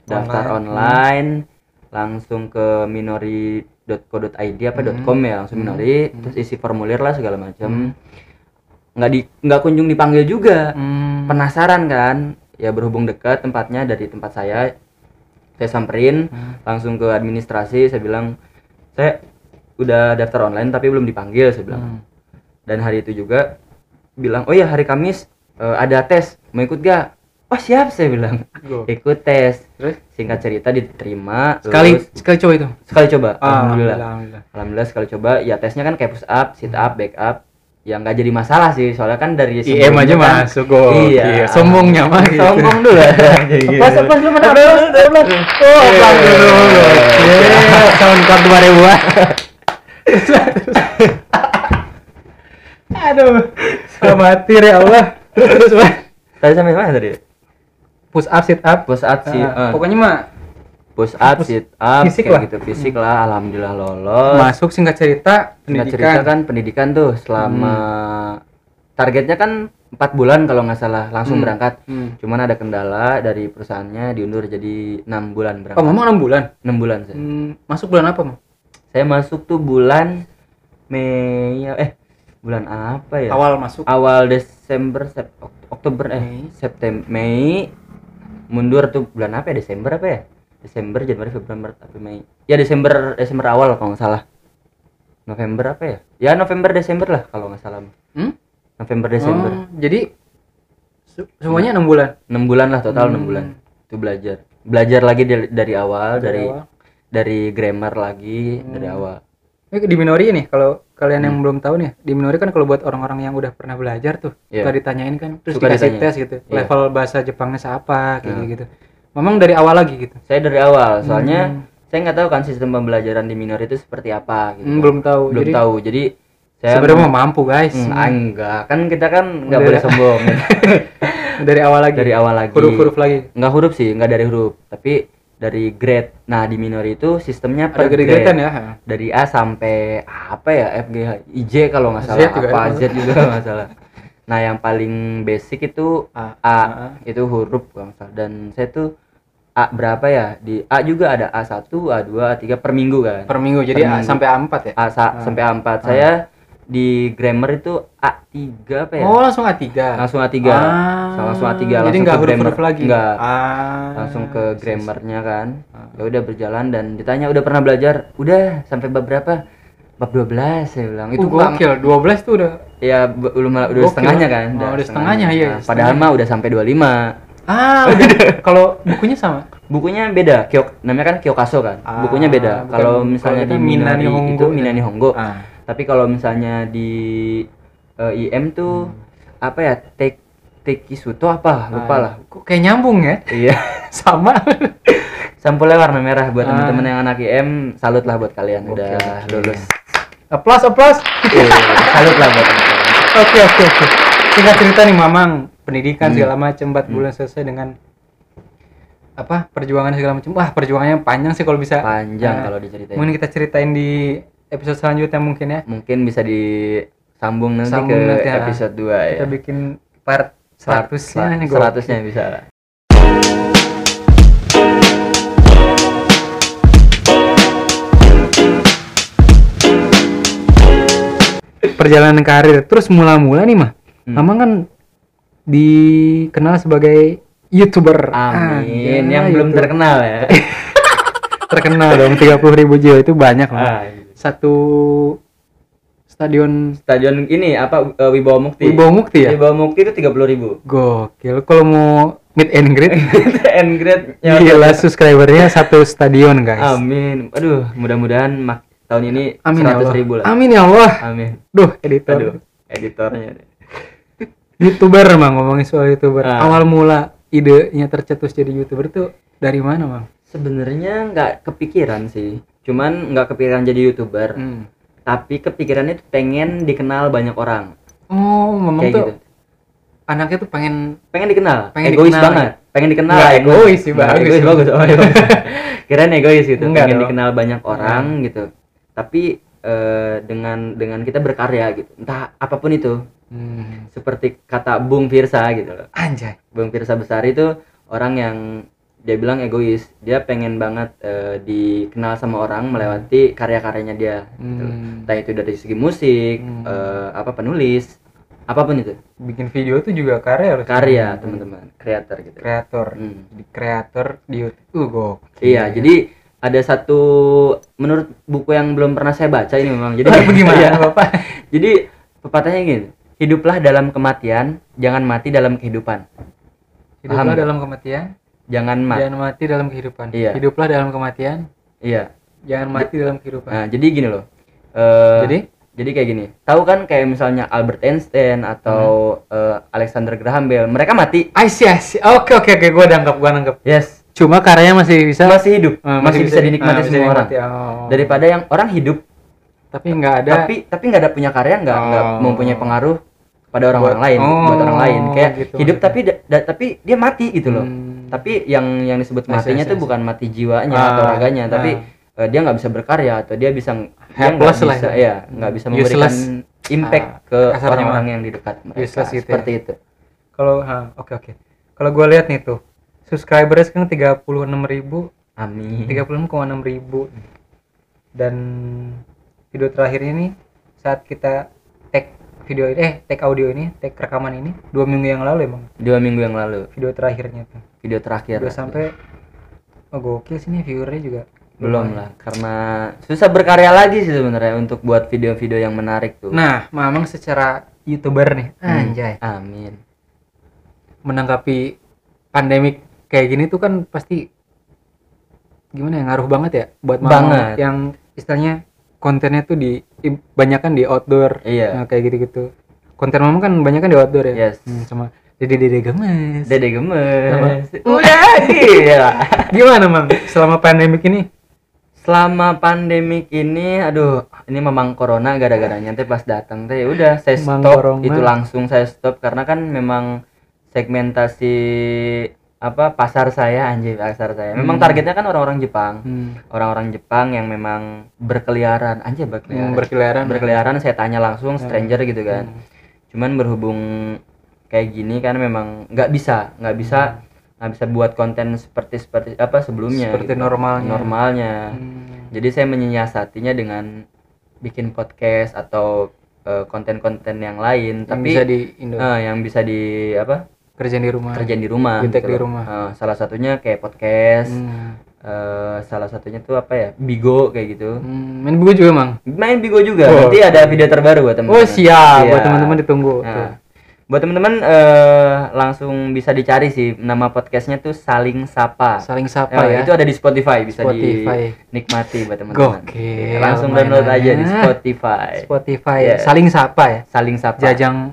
Langsung ke minori.co.id .com ya, langsung Minori, terus isi formulir lah segala macam. Nggak kunjung dipanggil juga. Penasaran kan, ya berhubung dekat tempatnya dari tempat saya samperin langsung ke administrasi. Saya bilang saya udah daftar online tapi belum dipanggil, saya bilang. Dan hari itu juga bilang oh ya hari Kamis ada tes, mau ikut gak? Oh siap, saya bilang. Ikut tes. Terus singkat cerita diterima. Sekali coba itu. Sekali coba. Alhamdulillah sekali coba. Ya tesnya kan kayak push up, sit up, back up. Ya nggak jadi masalah sih. Soalnya kan dari IM aja kan masuk kok. Iya. Sombongnya mah. Sombong dulu. Pas lu mana? Pas dulu. Tahun kartu 2000-an. Aduh. Amatir ya Allah. Terus tadi sampai mana tadi? Push up, sit up. Pokoknya mah push up, sit up, fisik kayak lah. gitu, fisik lah. Alhamdulillah lolos. Masuk singkat cerita pendidikan tuh selama targetnya kan 4 bulan kalau nggak salah langsung berangkat. Cuman ada kendala dari perusahaannya diundur jadi 6 bulan berangkat. Oh, Mama 6 bulan? 6 bulan saya. Masuk bulan apa, Mam? Saya masuk tuh bulan Mei bulan apa ya? Awal Desember, Oktober, September, Mei. Mundur tuh bulan apa ya? Desember apa ya? Desember, Januari, Februari, Maret, April, Mei. Ya Desember awal kalau nggak salah. November apa ya? Ya November Desember lah kalau nggak salah. November Desember. Jadi semuanya 6 bulan. 6 bulan lah total, 6 bulan. Itu belajar lagi dari awal, dari grammar lagi dari awal. Di Minori nih, kalau kalian yang belum tahu nih, di Minori kan kalau buat orang-orang yang udah pernah belajar tuh, suka ditanyain kan, terus dikasih tes gitu, level bahasa Jepangnya siapa, kayak gitu. Memang dari awal lagi gitu. Saya dari awal, soalnya saya nggak tahu kan sistem pembelajaran di Minori itu seperti apa gitu. Belum tahu. Jadi saya sebenarnya mampu guys. Enggak, kan kita kan nggak boleh sombong. Dari awal lagi. Huruf-huruf lagi. Nggak huruf sih, nggak dari huruf, tapi dari grade. Nah, di Minori itu sistemnya Ada per grade-gradean grade. ya. Dari A sampai apa ya, F, G, H, I, J kalau nggak Z salah, juga apa ada. Z juga kalau nggak salah. Nah, yang paling basic itu A, itu huruf kalau nggak salah. Dan saya tuh A berapa ya? Di A juga ada A1, A2, A3 per minggu kan. Per minggu. Jadi Per A minggu. sampai A4 ya. Sampai A4. Saya di grammar itu A3 apa ya? Oh, langsung A3. Langsung A3. Langsung A3 Jadi langsung nggak ke grammar huruf-huruf lagi. Enggak. Langsung ke grammarnya kan. Ya udah berjalan dan ditanya udah pernah belajar? Udah sampai bab berapa? Bab 12 saya bilang. Itu gokil. 12 tuh udah. Ya udah Gokil. setengahnya kan. Udah setengahnya ya. Padahal mah udah sampai 25. Udah. Kalau bukunya sama. Bukunya beda, namanya kan Kyokaso kan. Bukunya beda. Kalau misalnya di Minori itu Minani Hongo. Tapi kalau misalnya di IM tuh apa ya? Tekisuto apa? Lupa lah. Kok kayak nyambung ya? Iya. Sama. Sampulnya warna merah buat teman-teman yang anak IM, salut lah buat kalian udah lulus. Applause. Salut lah buat teman-teman. Oke. Singkat cerita nih Mamang, pendidikan segala macam 4 bulan selesai dengan apa? Perjuangan segala macam. Wah, perjuangannya panjang sih kalau bisa. Panjang kalau diceritain. Mungkin kita ceritain di episode selanjutnya mungkin ya. Mungkin bisa disambung nanti ke episode 2 ya. Kita bikin part 100-nya nih, 100-nya bisa. Perjalanan karir terus mula-mula nih Mamang kan dikenal sebagai YouTuber. Amin. Yang belum terkenal ya. Terkenal dong, 30.000 jiwa itu banyak lah. Satu stadion ini apa, Wibawa Mukti. Ya? Wibawa Mukti itu 30.000. Gokil. Kalau mau meet and greet gila, subscribernya satu stadion guys. Amin. Aduh, mudah-mudahan tahun ini 100.000 lah. Amin ya Allah. Amin. Editornya. YouTuber ngomongin soal YouTuber. Awal mula idenya tercetus jadi YouTuber tuh dari mana Mang? Sebenarnya nggak kepikiran sih. Cuman nggak kepikiran jadi YouTuber. Tapi kepikirannya tuh pengen dikenal banyak orang. Oh, Mamang tuh gitu. Anaknya tuh pengen dikenal. Pengen egois dikenal, banget. Pengen dikenal. Nggak egois sih, bagus. Oh, iya. Kirain egois gitu. Enggak pengen dong. dikenal banyak orang gitu. Tapi dengan kita berkarya gitu. Entah apapun itu. Seperti kata Bung Firsa gitu loh. Anjay. Bung Firsa Besari itu orang yang dia bilang egois. Dia pengen banget dikenal sama orang melewati karya-karyanya dia gitu. Entah itu dari segi musik, penulis, apapun itu. Bikin video tuh juga karya loh. Karya, teman-teman, kreator gitu. Jadi kreator di YouTube. Gokil. Iya, jadi ada satu menurut buku yang belum pernah saya baca ini memang. Jadi bagaimana Bapak? Jadi pepatahnya gini, hiduplah dalam kematian, jangan mati dalam kehidupan. Hiduplah dalam kematian, jangan mati dalam kehidupan. Iya. Hiduplah dalam kematian, iya. Jangan mati dalam kehidupan. Nah, jadi gini loh. Jadi kayak gini. Tahu kan kayak misalnya Albert Einstein atau Alexander Graham Bell, mereka mati. I see. Oke, gua nangkep. Yes. Cuma karyanya masih hidup. Masih bisa dinikmati semua orang. Daripada yang orang hidup tapi nggak ada. Tapi nggak ada punya karya, nggak mempunyai pengaruh pada orang-orang lain, buat orang lain. Kayak gitu, hidup tapi dia mati gitu loh. Tapi yang disebut matinya tuh bukan mati jiwanya atau raganya, tapi dia nggak bisa berkarya atau dia nggak bisa memberikan impact ke orang-orang yang di dekat mereka. Gitu seperti ya? itu. Kalau oke. Kalau gue lihat nih tuh subscribernya sekarang 36.000. Amin. 36,6 ribu. Dan video terakhirnya nih saat kita tag audio ini, tag rekaman ini 2 minggu yang lalu emang. 2 minggu yang lalu. Video terakhirnya tuh. Video terakhir. Udah sampai gokil sih nih viewernya juga. Belum lah, karena susah berkarya lagi sih sebenarnya untuk buat video-video yang menarik tuh. Nah, Mamang secara YouTuber nih, anjay. Amin. Menanggapi pandemik kayak gini tuh kan pasti gimana ya, ngaruh banget ya buat Mamang yang istilahnya kontennya tuh banyakan di outdoor. Iya. Nah, kayak gitu-gitu. Konten Mamang kan banyakan di outdoor ya. Yes. Sama Dede gemes. Udah gila. Gimana Mang selama pandemik ini? Selama pandemik ini, aduh, ini memang corona gara-garanya teh pas datang teh udah saya stop. Itu langsung saya stop karena kan memang segmentasi pasar saya anjir, pasar saya. Memang targetnya kan orang-orang Jepang. Orang-orang Jepang yang memang berkeliaran, anjir berkeliaran. Saya tanya langsung stranger gitu kan. Cuman berhubung kayak gini kan memang nggak bisa buat konten seperti sebelumnya. Seperti gitu. Normalnya. Jadi saya menyiasatinya dengan bikin podcast atau konten-konten yang lain, tapi bisa di Indo. Yang bisa di kerjaan di rumah gitu di rumah. Salah satunya kayak podcast. Salah satunya tuh Bigo kayak gitu. Main Bigo juga Mang? Main Bigo juga. Nanti ada video terbaru buat teman-teman. Siap. Buat teman-teman ditunggu. Buat teman-teman langsung bisa dicari sih, nama podcastnya tuh Saling Sapa ya. Itu ada di Spotify, bisa dinikmati buat teman-teman. Gokil. Langsung download aja di Spotify ya. Saling Sapa ya. Saling Sapa.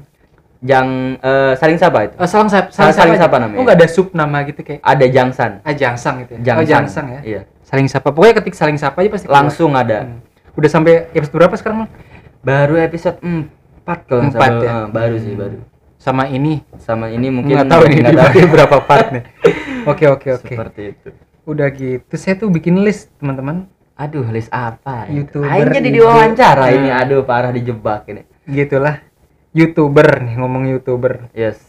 Saling Sapa itu. Saling Sapa namanya. Enggak ada sub nama gitu kayak. Ada Jangsan. Jangsang gitu ya. Jangsang ya. Iya. Saling Sapa. Pokoknya ketik Saling Sapa aja pasti langsung ada. Udah sampai episode berapa sekarang, Mang? Baru episode 4 kalau enggak salah. Ya? Baru. Sama ini mungkin nggak tahu ini dibagi berapa part nih. Oke. Seperti itu. Udah gitu saya tuh bikin list teman-teman. Aduh, list apa? YouTuber. Jadi diwawancara ini. Aduh, parah dijebak ini. Gitulah. YouTuber nih, ngomong YouTuber. Yes.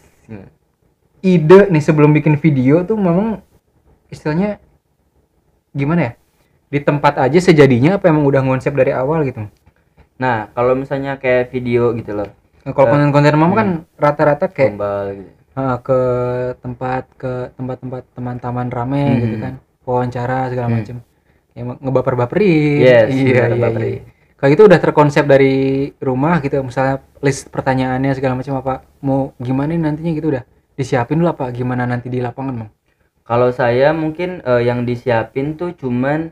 Ide nih sebelum bikin video tuh memang istilahnya gimana ya? Di tempat aja sejadinya apa emang udah ngonsep dari awal gitu? Nah, kalau misalnya kayak video gitu loh. Kalau konten-konten mama kan rata-rata kayak gombal gitu. Ke tempat-tempat teman-teman rame gitu kan, wawancara segala macam, yang ngebaper-baperin. Iya. Kalau gitu udah terkonsep dari rumah gitu, misalnya list pertanyaannya segala macam apa mau gimana nantinya gitu udah disiapin dulu apa gimana nanti di lapangan, Mang? Kalau saya mungkin yang disiapin tuh cuman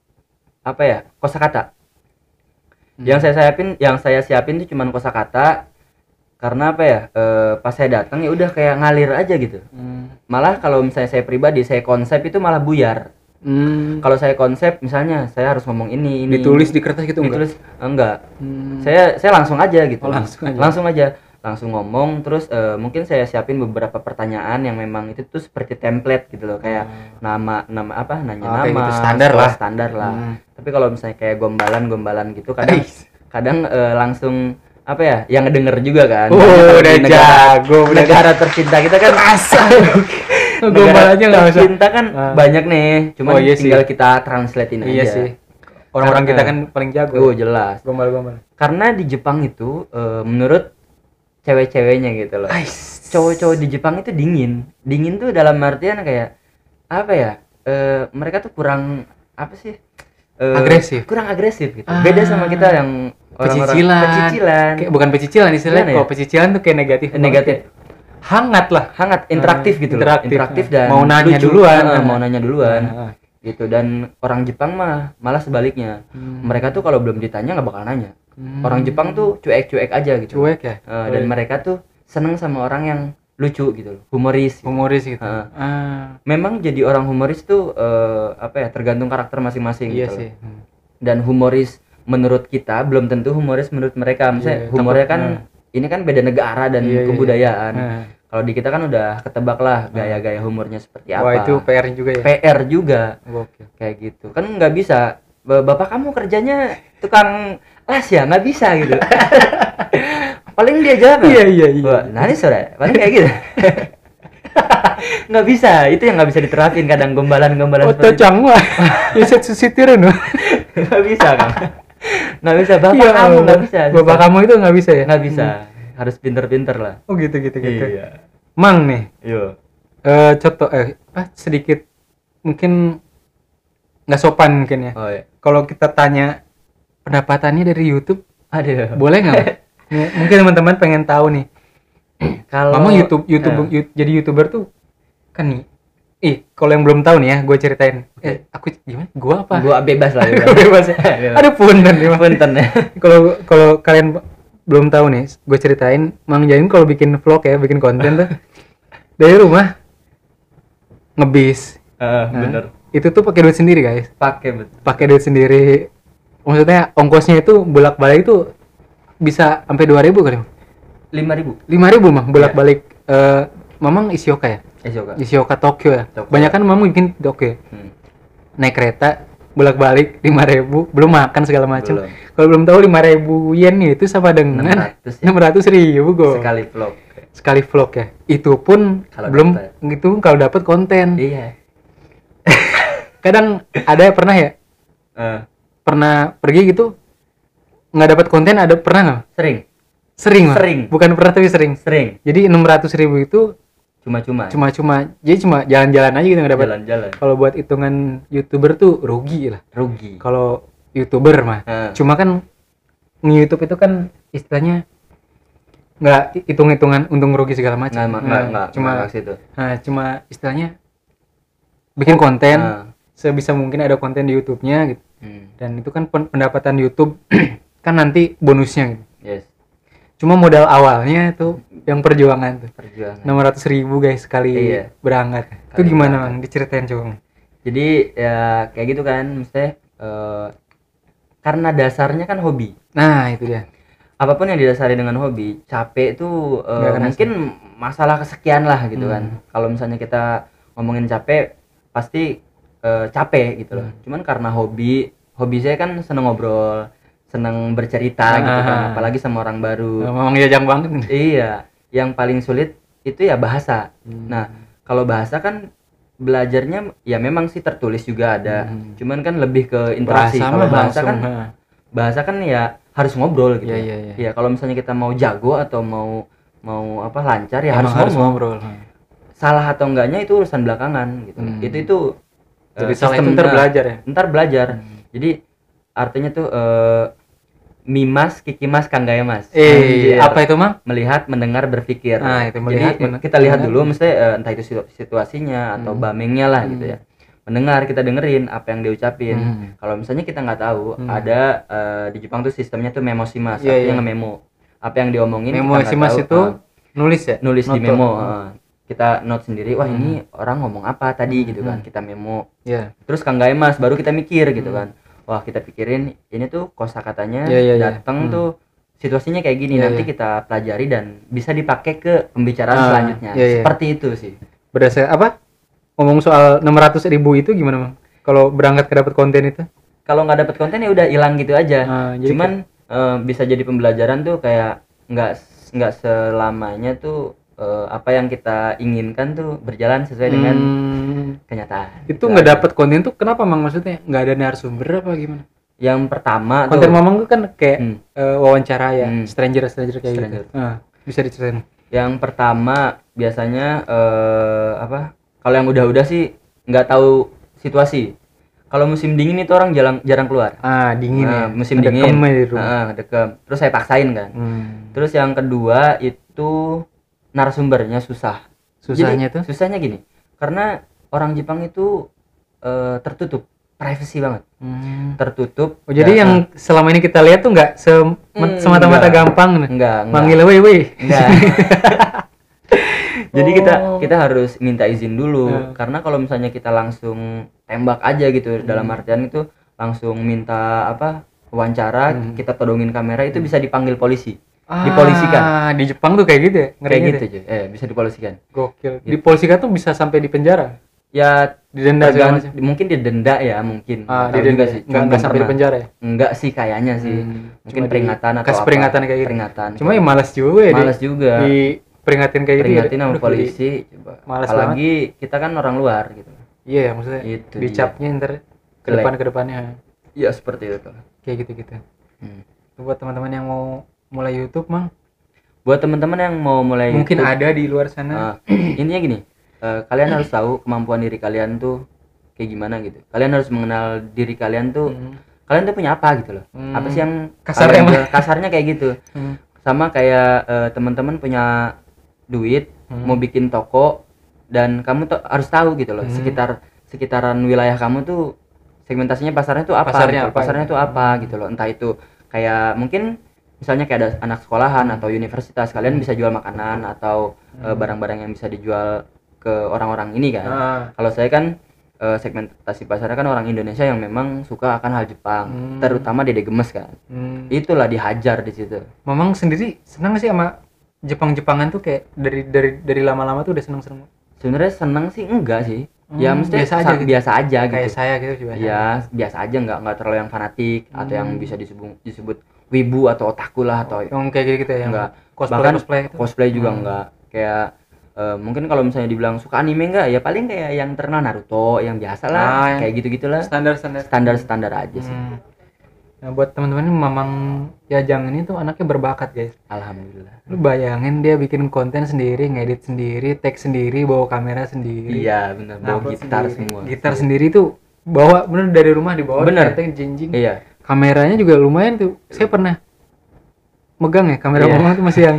kosakata. Yang saya siapin tuh cuman kosakata. Karena pas saya datang ya udah kayak ngalir aja gitu. Malah kalau misalnya saya pribadi saya konsep itu malah buyar. Kalau saya konsep misalnya saya harus ngomong ini ditulis di kertas gitu enggak. Saya langsung aja gitu. Langsung ngomong terus mungkin saya siapin beberapa pertanyaan yang memang itu tuh seperti template gitu loh, kayak nama nama gitu, standar lah. Tapi kalau misalnya kayak gombalan gitu kadang langsung yang ngedenger juga kan. Udah jago. Negara tercinta kita kan asal. Gombal aja enggak usah. Tercinta kan banyak nih, cuman tinggal kita translatein aja. Iya sih. Orang-orang kita kan paling jago. Jelas. Gombal. Karena di Jepang itu menurut cewek-ceweknya gitu loh. Cowok-cowok di Jepang itu dingin. Dingin tuh dalam artian kayak mereka tuh kurang agresif. Kurang agresif gitu. Beda sama kita yang pecicilan. Kayak bukan pecicilan istilahnya. Kalau pecicilan tuh kayak negatif. Hangat, interaktif gitu loh. Interaktif dan mau nanya duluan. Gitu. Dan orang Jepang malah sebaliknya. Mereka tuh kalau belum ditanya nggak bakal nanya. Orang Jepang tuh cuek-cuek aja gitu. Cuek ya. Dan mereka tuh seneng sama orang yang lucu gitu loh, humoris gitu. Memang jadi orang humoris tuh tergantung karakter masing-masing gitu sih. Dan humoris menurut kita belum tentu humoris menurut mereka. Misalnya humornya kan ini kan beda negara dan kebudayaan. Kalau di kita kan udah ketebak lah gaya-gaya humornya seperti apa. Wah, itu PR juga ya. PR juga. Kayak gitu. Kan nggak bisa. Bapak kamu kerjanya tukang las ya, nggak bisa gitu. Paling dia jawab. Iya. Nani sore. Paling kayak gitu. Nggak bisa, itu yang nggak bisa diterapin kadang gombalan seperti itu. Mah ya susitirin nggak bisa kan. Nggak bisa, kamu nggak bisa. Bapak kamu itu nggak bisa ya? Nggak bisa, harus pinter-pinter lah. Oh gitu. Iya. Mang nih. Yo. Contoh sedikit mungkin nggak sopan mungkin ya. Oh iya. Kalau kita tanya pendapatannya dari YouTube, boleh nggak? Mungkin teman-teman pengen tahu nih. Kalau memang jadi YouTuber tuh kan nih. Kalau yang belum tahu nih ya, gue ceritain. Aku gimana? Gue apa? Gue bebas lah. Bebas ya. Ada punten ya. Kalau kalian belum tahu nih, gue ceritain. Mang Jain kalau bikin vlog ya, bikin konten tuh dari rumah ngebis. Bener. Itu tuh pakai duit sendiri guys. Pakai duit sendiri. Maksudnya ongkosnya itu bolak-balik itu bisa sampai 2.000 kali. 5.000 Mang bolak-balik. Mamang Isioka ya? Ishioka Tokyo ya. Tokyo. Banyak kan memang bikin Tokyo. Naik kereta bolak-balik 5.000, belum makan segala macam. Kalau belum tahu 5.000 yen itu sama dengan 600.000 go. Sekali vlog ya. Itu pun kalo belum dapet. Itu kalau dapat konten. Iya. Kadang ada pernah ya? Pernah pergi gitu nggak dapat konten, ada pernah nggak? Sering. Bukan pernah tapi sering. Jadi 600.000 itu cuma jadi cuma jalan-jalan aja gitu nggak dapat. Kalau buat hitungan YouTuber tuh rugi kalau YouTuber mah. Cuma kan nge-YouTube itu kan istilahnya nggak hitung-hitungan untung rugi segala macam. Cuma istilahnya bikin konten sebisa mungkin, ada konten di YouTube-nya gitu. Dan itu kan pendapatan YouTube kan nanti bonusnya gitu. Yes. Cuma modal awalnya tuh yang perjuangan tuh. 600.000 guys sekali berangkat. Itu gimana Bang? Diceritain coba. Jadi ya kayak gitu kan, mesti karena dasarnya kan hobi. Nah, itu dia. Apapun yang didasari dengan hobi, capek itu mungkin masalah kesekian lah gitu kan. Kalau misalnya kita ngomongin capek, pasti capek gitu loh. Cuman karena hobi saya kan seneng ngobrol, seneng bercerita gitu kan, apalagi sama orang baru. Memang jajang banget. Iya, yang paling sulit itu ya bahasa. Nah, kalau bahasa kan belajarnya ya memang sih tertulis juga ada. Cuman kan lebih ke interaksi. Kalau bahasa kan ya harus ngobrol gitu. Iya, kalau misalnya kita mau jago atau mau lancar ya harus ngobrol. Salah atau enggaknya itu urusan belakangan gitu. Itu jadi salah itu ntar belajar ya. Ntar belajar. Jadi artinya tuh mimas, kikimas, kanggaemas. Apa itu Mang? Melihat, mendengar, berpikir. Nah, itu melihat. Jadi kita lihat dulu, mesti entah itu situasinya atau bamengnya lah gitu ya. Mendengar, kita dengerin apa yang dia ucapin. Kalau misalnya kita nggak tahu, ada di Jepang tuh sistemnya tuh memoshimasu, artinya nge-memo. Apa yang diomongin memoshimasu itu nulis ya? Nulis di memo. Kita note sendiri, wah ini orang ngomong apa tadi gitu kan, kita memo. Terus kanggaemas, baru kita mikir gitu kan. Wah, kita pikirin ini tuh kosakatanya datang tuh situasinya kayak gini, nanti kita pelajari dan bisa dipakai ke pembicaraan selanjutnya. Seperti itu sih. Berdasarkan apa? Ngomong soal 600.000 itu gimana Bang? Kalau berangkat ke dapat konten itu? Kalau nggak dapat konten ya udah hilang gitu aja. Cuman bisa jadi pembelajaran tuh, kayak nggak selamanya tuh apa yang kita inginkan tuh berjalan sesuai dengan kenyataan. Itu nggak dapat konten tuh kenapa Mang? Maksudnya nggak ada narasumber apa gimana? Yang pertama konten Mamang tuh kan kayak wawancara ya, stranger kayak gitu. Bisa diceritain. Yang pertama biasanya kalau yang udah sih nggak tahu situasi. Kalau musim dingin itu orang jarang keluar. Dingin ya. Musim dingin. Dekem. Terus saya paksain kan. Terus yang kedua itu narasumbernya susah. Susahnya gini. Karena orang Jepang itu tertutup, privacy banget. Tertutup. Jadi yang selama ini kita lihat tuh nggak semata-mata gampang. Enggak. Manggil weh. Enggak. Jadi kita harus minta izin dulu, karena kalau misalnya kita langsung tembak aja gitu, dalam artian itu langsung minta wawancara, kita todongin kamera, itu bisa dipanggil polisi. Dipolisikan. Di Jepang tuh kayak gitu ya? Kayak gitu aja. Bisa dipolisikan. Gokil. Gitu. Dipolisikan tuh bisa sampai di penjara. Ya didenda mungkin didenda ya, mungkin. Didenda sih. Enggak sampai di penjara ya? Enggak sih kayaknya sih. Mungkin peringatan atau apa. Peringatan kayak gitu. Peringatan. Cuma ya malas juga ya. Malas juga. Peringatin kayak gitu. Peringatin sama polisi coba. Apalagi banget. Kita kan orang luar gitu. Iya, maksudnya itu dicapnya ntar ke depannya. Iya, seperti itu. Kayak gitu. Buat teman-teman yang mau mulai YouTube, Mang. Buat teman-teman yang mau mulai mungkin YouTube, ada di luar sana. Intinya gini, kalian harus tahu kemampuan diri kalian tuh kayak gimana gitu. Kalian harus mengenal diri kalian tuh. Kalian tuh punya apa gitu loh. Apa sih yang kasarnya kayak gitu. Sama kayak teman-teman punya duit, mau bikin toko, dan kamu tuh harus tahu gitu loh, sekitaran wilayah kamu tuh segmentasinya pasarnya tuh apa, pasarnya tuh apa gitu loh. Entah itu kayak mungkin misalnya kayak ada anak sekolahan atau universitas, kalian bisa jual makanan atau barang-barang yang bisa dijual ke orang-orang ini kan. Kalau saya kan segmentasi pasarnya kan orang Indonesia yang memang suka akan hal Jepang, terutama Dede Gemes kan. Itulah dihajar di situ. Mamang sendiri senang sih sama Jepang-Jepangan tuh, kayak dari lama-lama tuh udah seneng Sebenarnya seneng sih enggak sih. Ya mesti biasa aja gitu. Kayak saya gitu juga. Ya, biasa aja, enggak terlalu yang fanatik atau yang bisa disebut wibu atau otaku lah atau yang kayak gitu ya. Enggak. Cosplay Cosplay juga enggak. Kayak mungkin kalau misalnya dibilang suka anime enggak, ya paling kayak yang terkenal Naruto, yang biasa lah, kayak gitu-gitulah. Standar aja sih. Nah, buat teman-teman Mamang Yajang ini tuh anaknya berbakat, guys. Alhamdulillah. Lu bayangin dia bikin konten sendiri, ngedit sendiri, tag sendiri, bawa kamera sendiri. Iya, benar. Bawa gitar sendiri. semua. Gitar sendiri tuh bawa bener dari rumah dibawa. Bener. Jinjing. Iya. Kameranya juga lumayan tuh. Saya pernah megang ya kamera Mamang tuh masih yang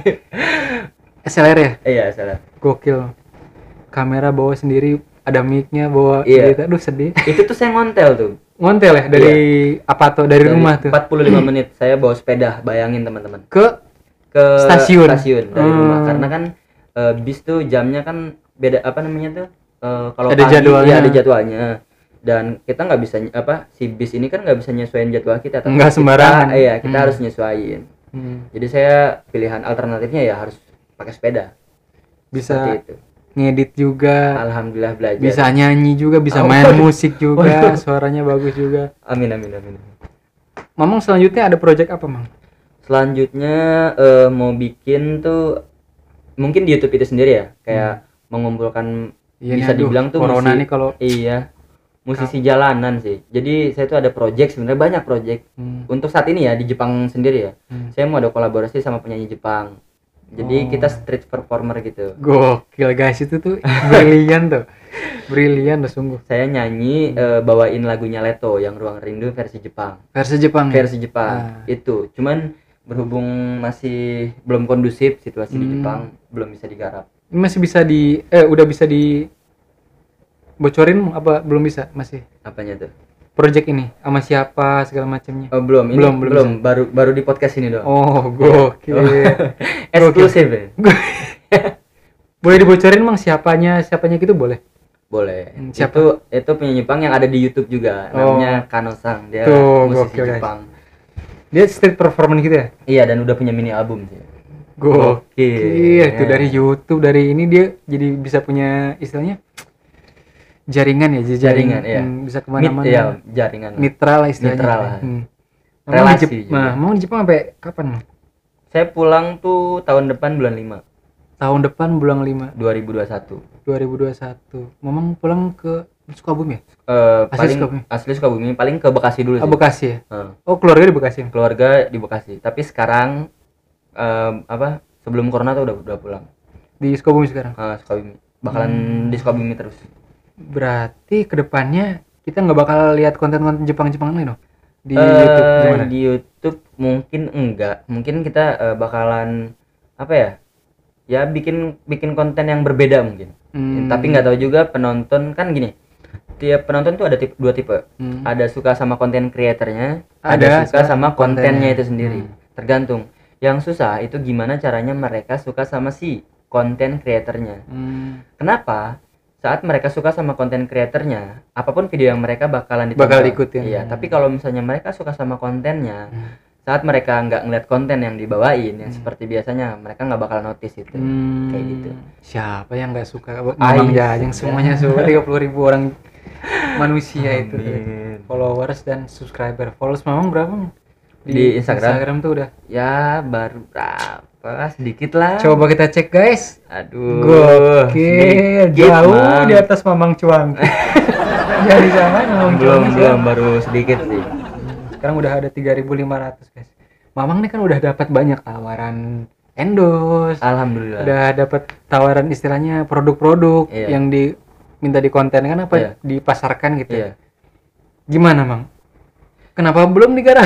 SLR ya? Iya, SLR. Gokil. Kamera bawa sendiri, ada mic-nya bawa gitar. Aduh, sedih. Itu tuh saya ngontel ya dari apa tuh dari rumah tuh 45 menit saya bawa sepeda, bayangin teman-teman, ke stasiun dari rumah, karena kan bis tuh jamnya kan beda, apa namanya tuh, kalau ada pagi jadwalnya. ada jadwalnya, dan kita nggak bisa si bis ini kan nggak bisa nyesuaiin jadwal kita, nggak sembarangan. Kita harus nyesuaiin. Jadi saya pilihan alternatifnya ya harus pakai sepeda. Bisa seperti itu. Ngedit juga, alhamdulillah belajar, bisa nyanyi juga, bisa main musik juga, suaranya bagus juga. Amin. Mamang selanjutnya ada project apa, Mang? Selanjutnya mau bikin tuh mungkin di YouTube itu sendiri ya, kayak mengumpulkan, bisa dibilang tuh corona nih kalau musisi jalanan sih. Jadi saya tuh ada project, sebenarnya banyak project. Untuk saat ini ya di Jepang sendiri ya. Saya mau ada kolaborasi sama penyanyi Jepang. Jadi kita street performer gitu. Gokil guys, itu tuh brilian tuh. Brilian tuh sungguh. Saya nyanyi bawain lagunya Leto yang Ruang Rindu versi Jepang. Versi Jepang. Itu. Cuman berhubung masih belum kondusif situasi di Jepang, belum bisa digarap. Masih bisa udah bisa bocorin apa belum bisa masih? Apanya tuh? Project ini sama siapa segala macamnya? Oh, belum. Baru di podcast ini doang. Oh, gokil. Eksklusif ya. Boleh dibocorin Mang siapanya gitu boleh? Boleh. Siapa? Itu penyanyi Jepang yang ada di YouTube juga, namanya Kano-sang. Dia musisi Jepang. Dia street performance gitu ya? Iya, dan udah punya mini album sih. Gokil. Itu dari YouTube, dari ini dia jadi bisa punya istilahnya jaringan ya. Bisa kemana-mana. Iya, jaringan. Mitra lah istilahnya. Relasi. Mau di Jepang sampai kapan, Mang? Saya pulang tuh tahun depan bulan 5. Tahun depan bulan 5 2021. Mamang pulang ke Sukabumi ya? Asli Sukabumi, paling ke Bekasi dulu sih. Bekasi ya? Oh, keluarga di Bekasi? Keluarga di Bekasi, tapi sekarang sebelum corona tuh udah pulang. Di Sukabumi sekarang? Sukabumi. Bakalan di Sukabumi terus. Berarti kedepannya kita nggak bakal lihat konten-konten Jepang-Jepang lain dong? Di YouTube gimana? Di YouTube mungkin enggak. Mungkin kita bakalan apa ya? Ya bikin konten yang berbeda mungkin. Tapi nggak tahu juga penonton kan gini. Tiap penonton tuh ada dua tipe. Ada suka sama konten kreatornya, ada suka sama kontennya itu sendiri. Tergantung. Yang susah itu gimana caranya mereka suka sama si konten kreatornya. Kenapa? Saat mereka suka sama konten kreatornya, apapun video yang mereka bakalan ikutin. Iya, tapi kalau misalnya mereka suka sama kontennya, saat mereka nggak ngeliat konten yang dibawain yang seperti biasanya, mereka nggak bakal notice itu. Kayak gitu. Siapa yang nggak suka Mamang Jajang? Semuanya suka. 30.000 orang manusia itu followers dan subscriber. Followers Mamang berapa? Di Instagram tuh udah ya baru berapa, sedikit lah. Coba kita cek guys. Aduh, gokil, jauh di atas Mamang Cuang. Jadi sama Mamang belum baru sedikit sih. Sekarang udah ada 3.500 guys. Mamang nih kan udah dapat banyak tawaran endorse. Alhamdulillah. Udah dapat tawaran istilahnya produk-produk yang diminta di konten kan apa dipasarkan gitu. Gimana Mang? Kenapa belum digarap?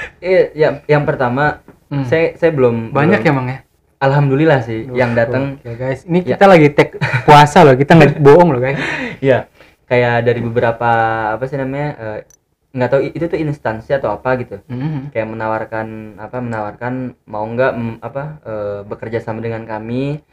Yang pertama saya belum banyak ya Mang ya. Alhamdulillah sih yang datang. Ya guys, ini kita lagi tag puasa loh, kita nggak bohong loh guys. Iya, kayak dari beberapa apa sih namanya, nggak tahu itu tuh instansi atau apa gitu. Kayak menawarkan mau nggak bekerja sama dengan kami,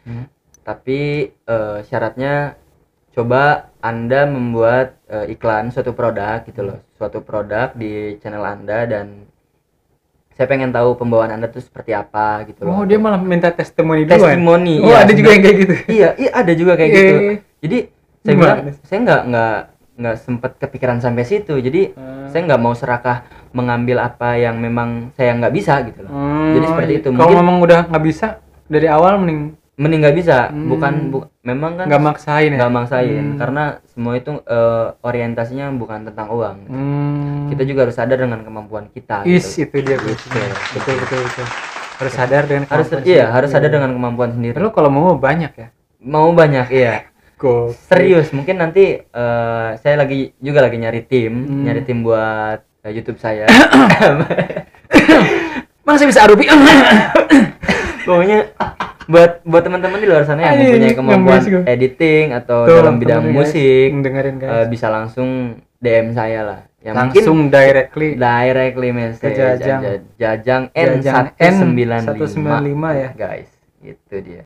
tapi syaratnya coba Anda membuat iklan suatu produk gitu loh, suatu produk di channel Anda, dan saya pengen tahu pembawaan Anda tuh seperti apa gitu loh. Oh, dia malah minta testimoni. Oh, ada juga yang kayak gitu. Iya, ada juga kayak gitu. Jadi saya bilang saya nggak sempat kepikiran sampai situ. Jadi saya nggak mau serakah mengambil apa yang memang saya nggak bisa gitu loh. Jadi seperti itu. Kalau memang udah nggak bisa dari awal mending nggak bisa. Memang kan nggak maksain ya. Nggak maksain karena semua itu orientasinya bukan tentang uang. Gitu. Kita juga harus sadar dengan kemampuan kita. Itu dia betul. Harus sadar dengan kemampuan harus sadar dengan kemampuan sendiri. Lu kalau mau banyak ya. Mau banyak iya. Serius mungkin nanti saya lagi nyari tim buat YouTube saya. Mana saya bisa arupi? Pokoknya buat teman-teman di luar sana yang mempunyai kemampuan editing atau dalam bidang musik, bisa langsung DM saya lah. Ya langsung mungkin directly message Jajang N195 ya guys. Itu dia.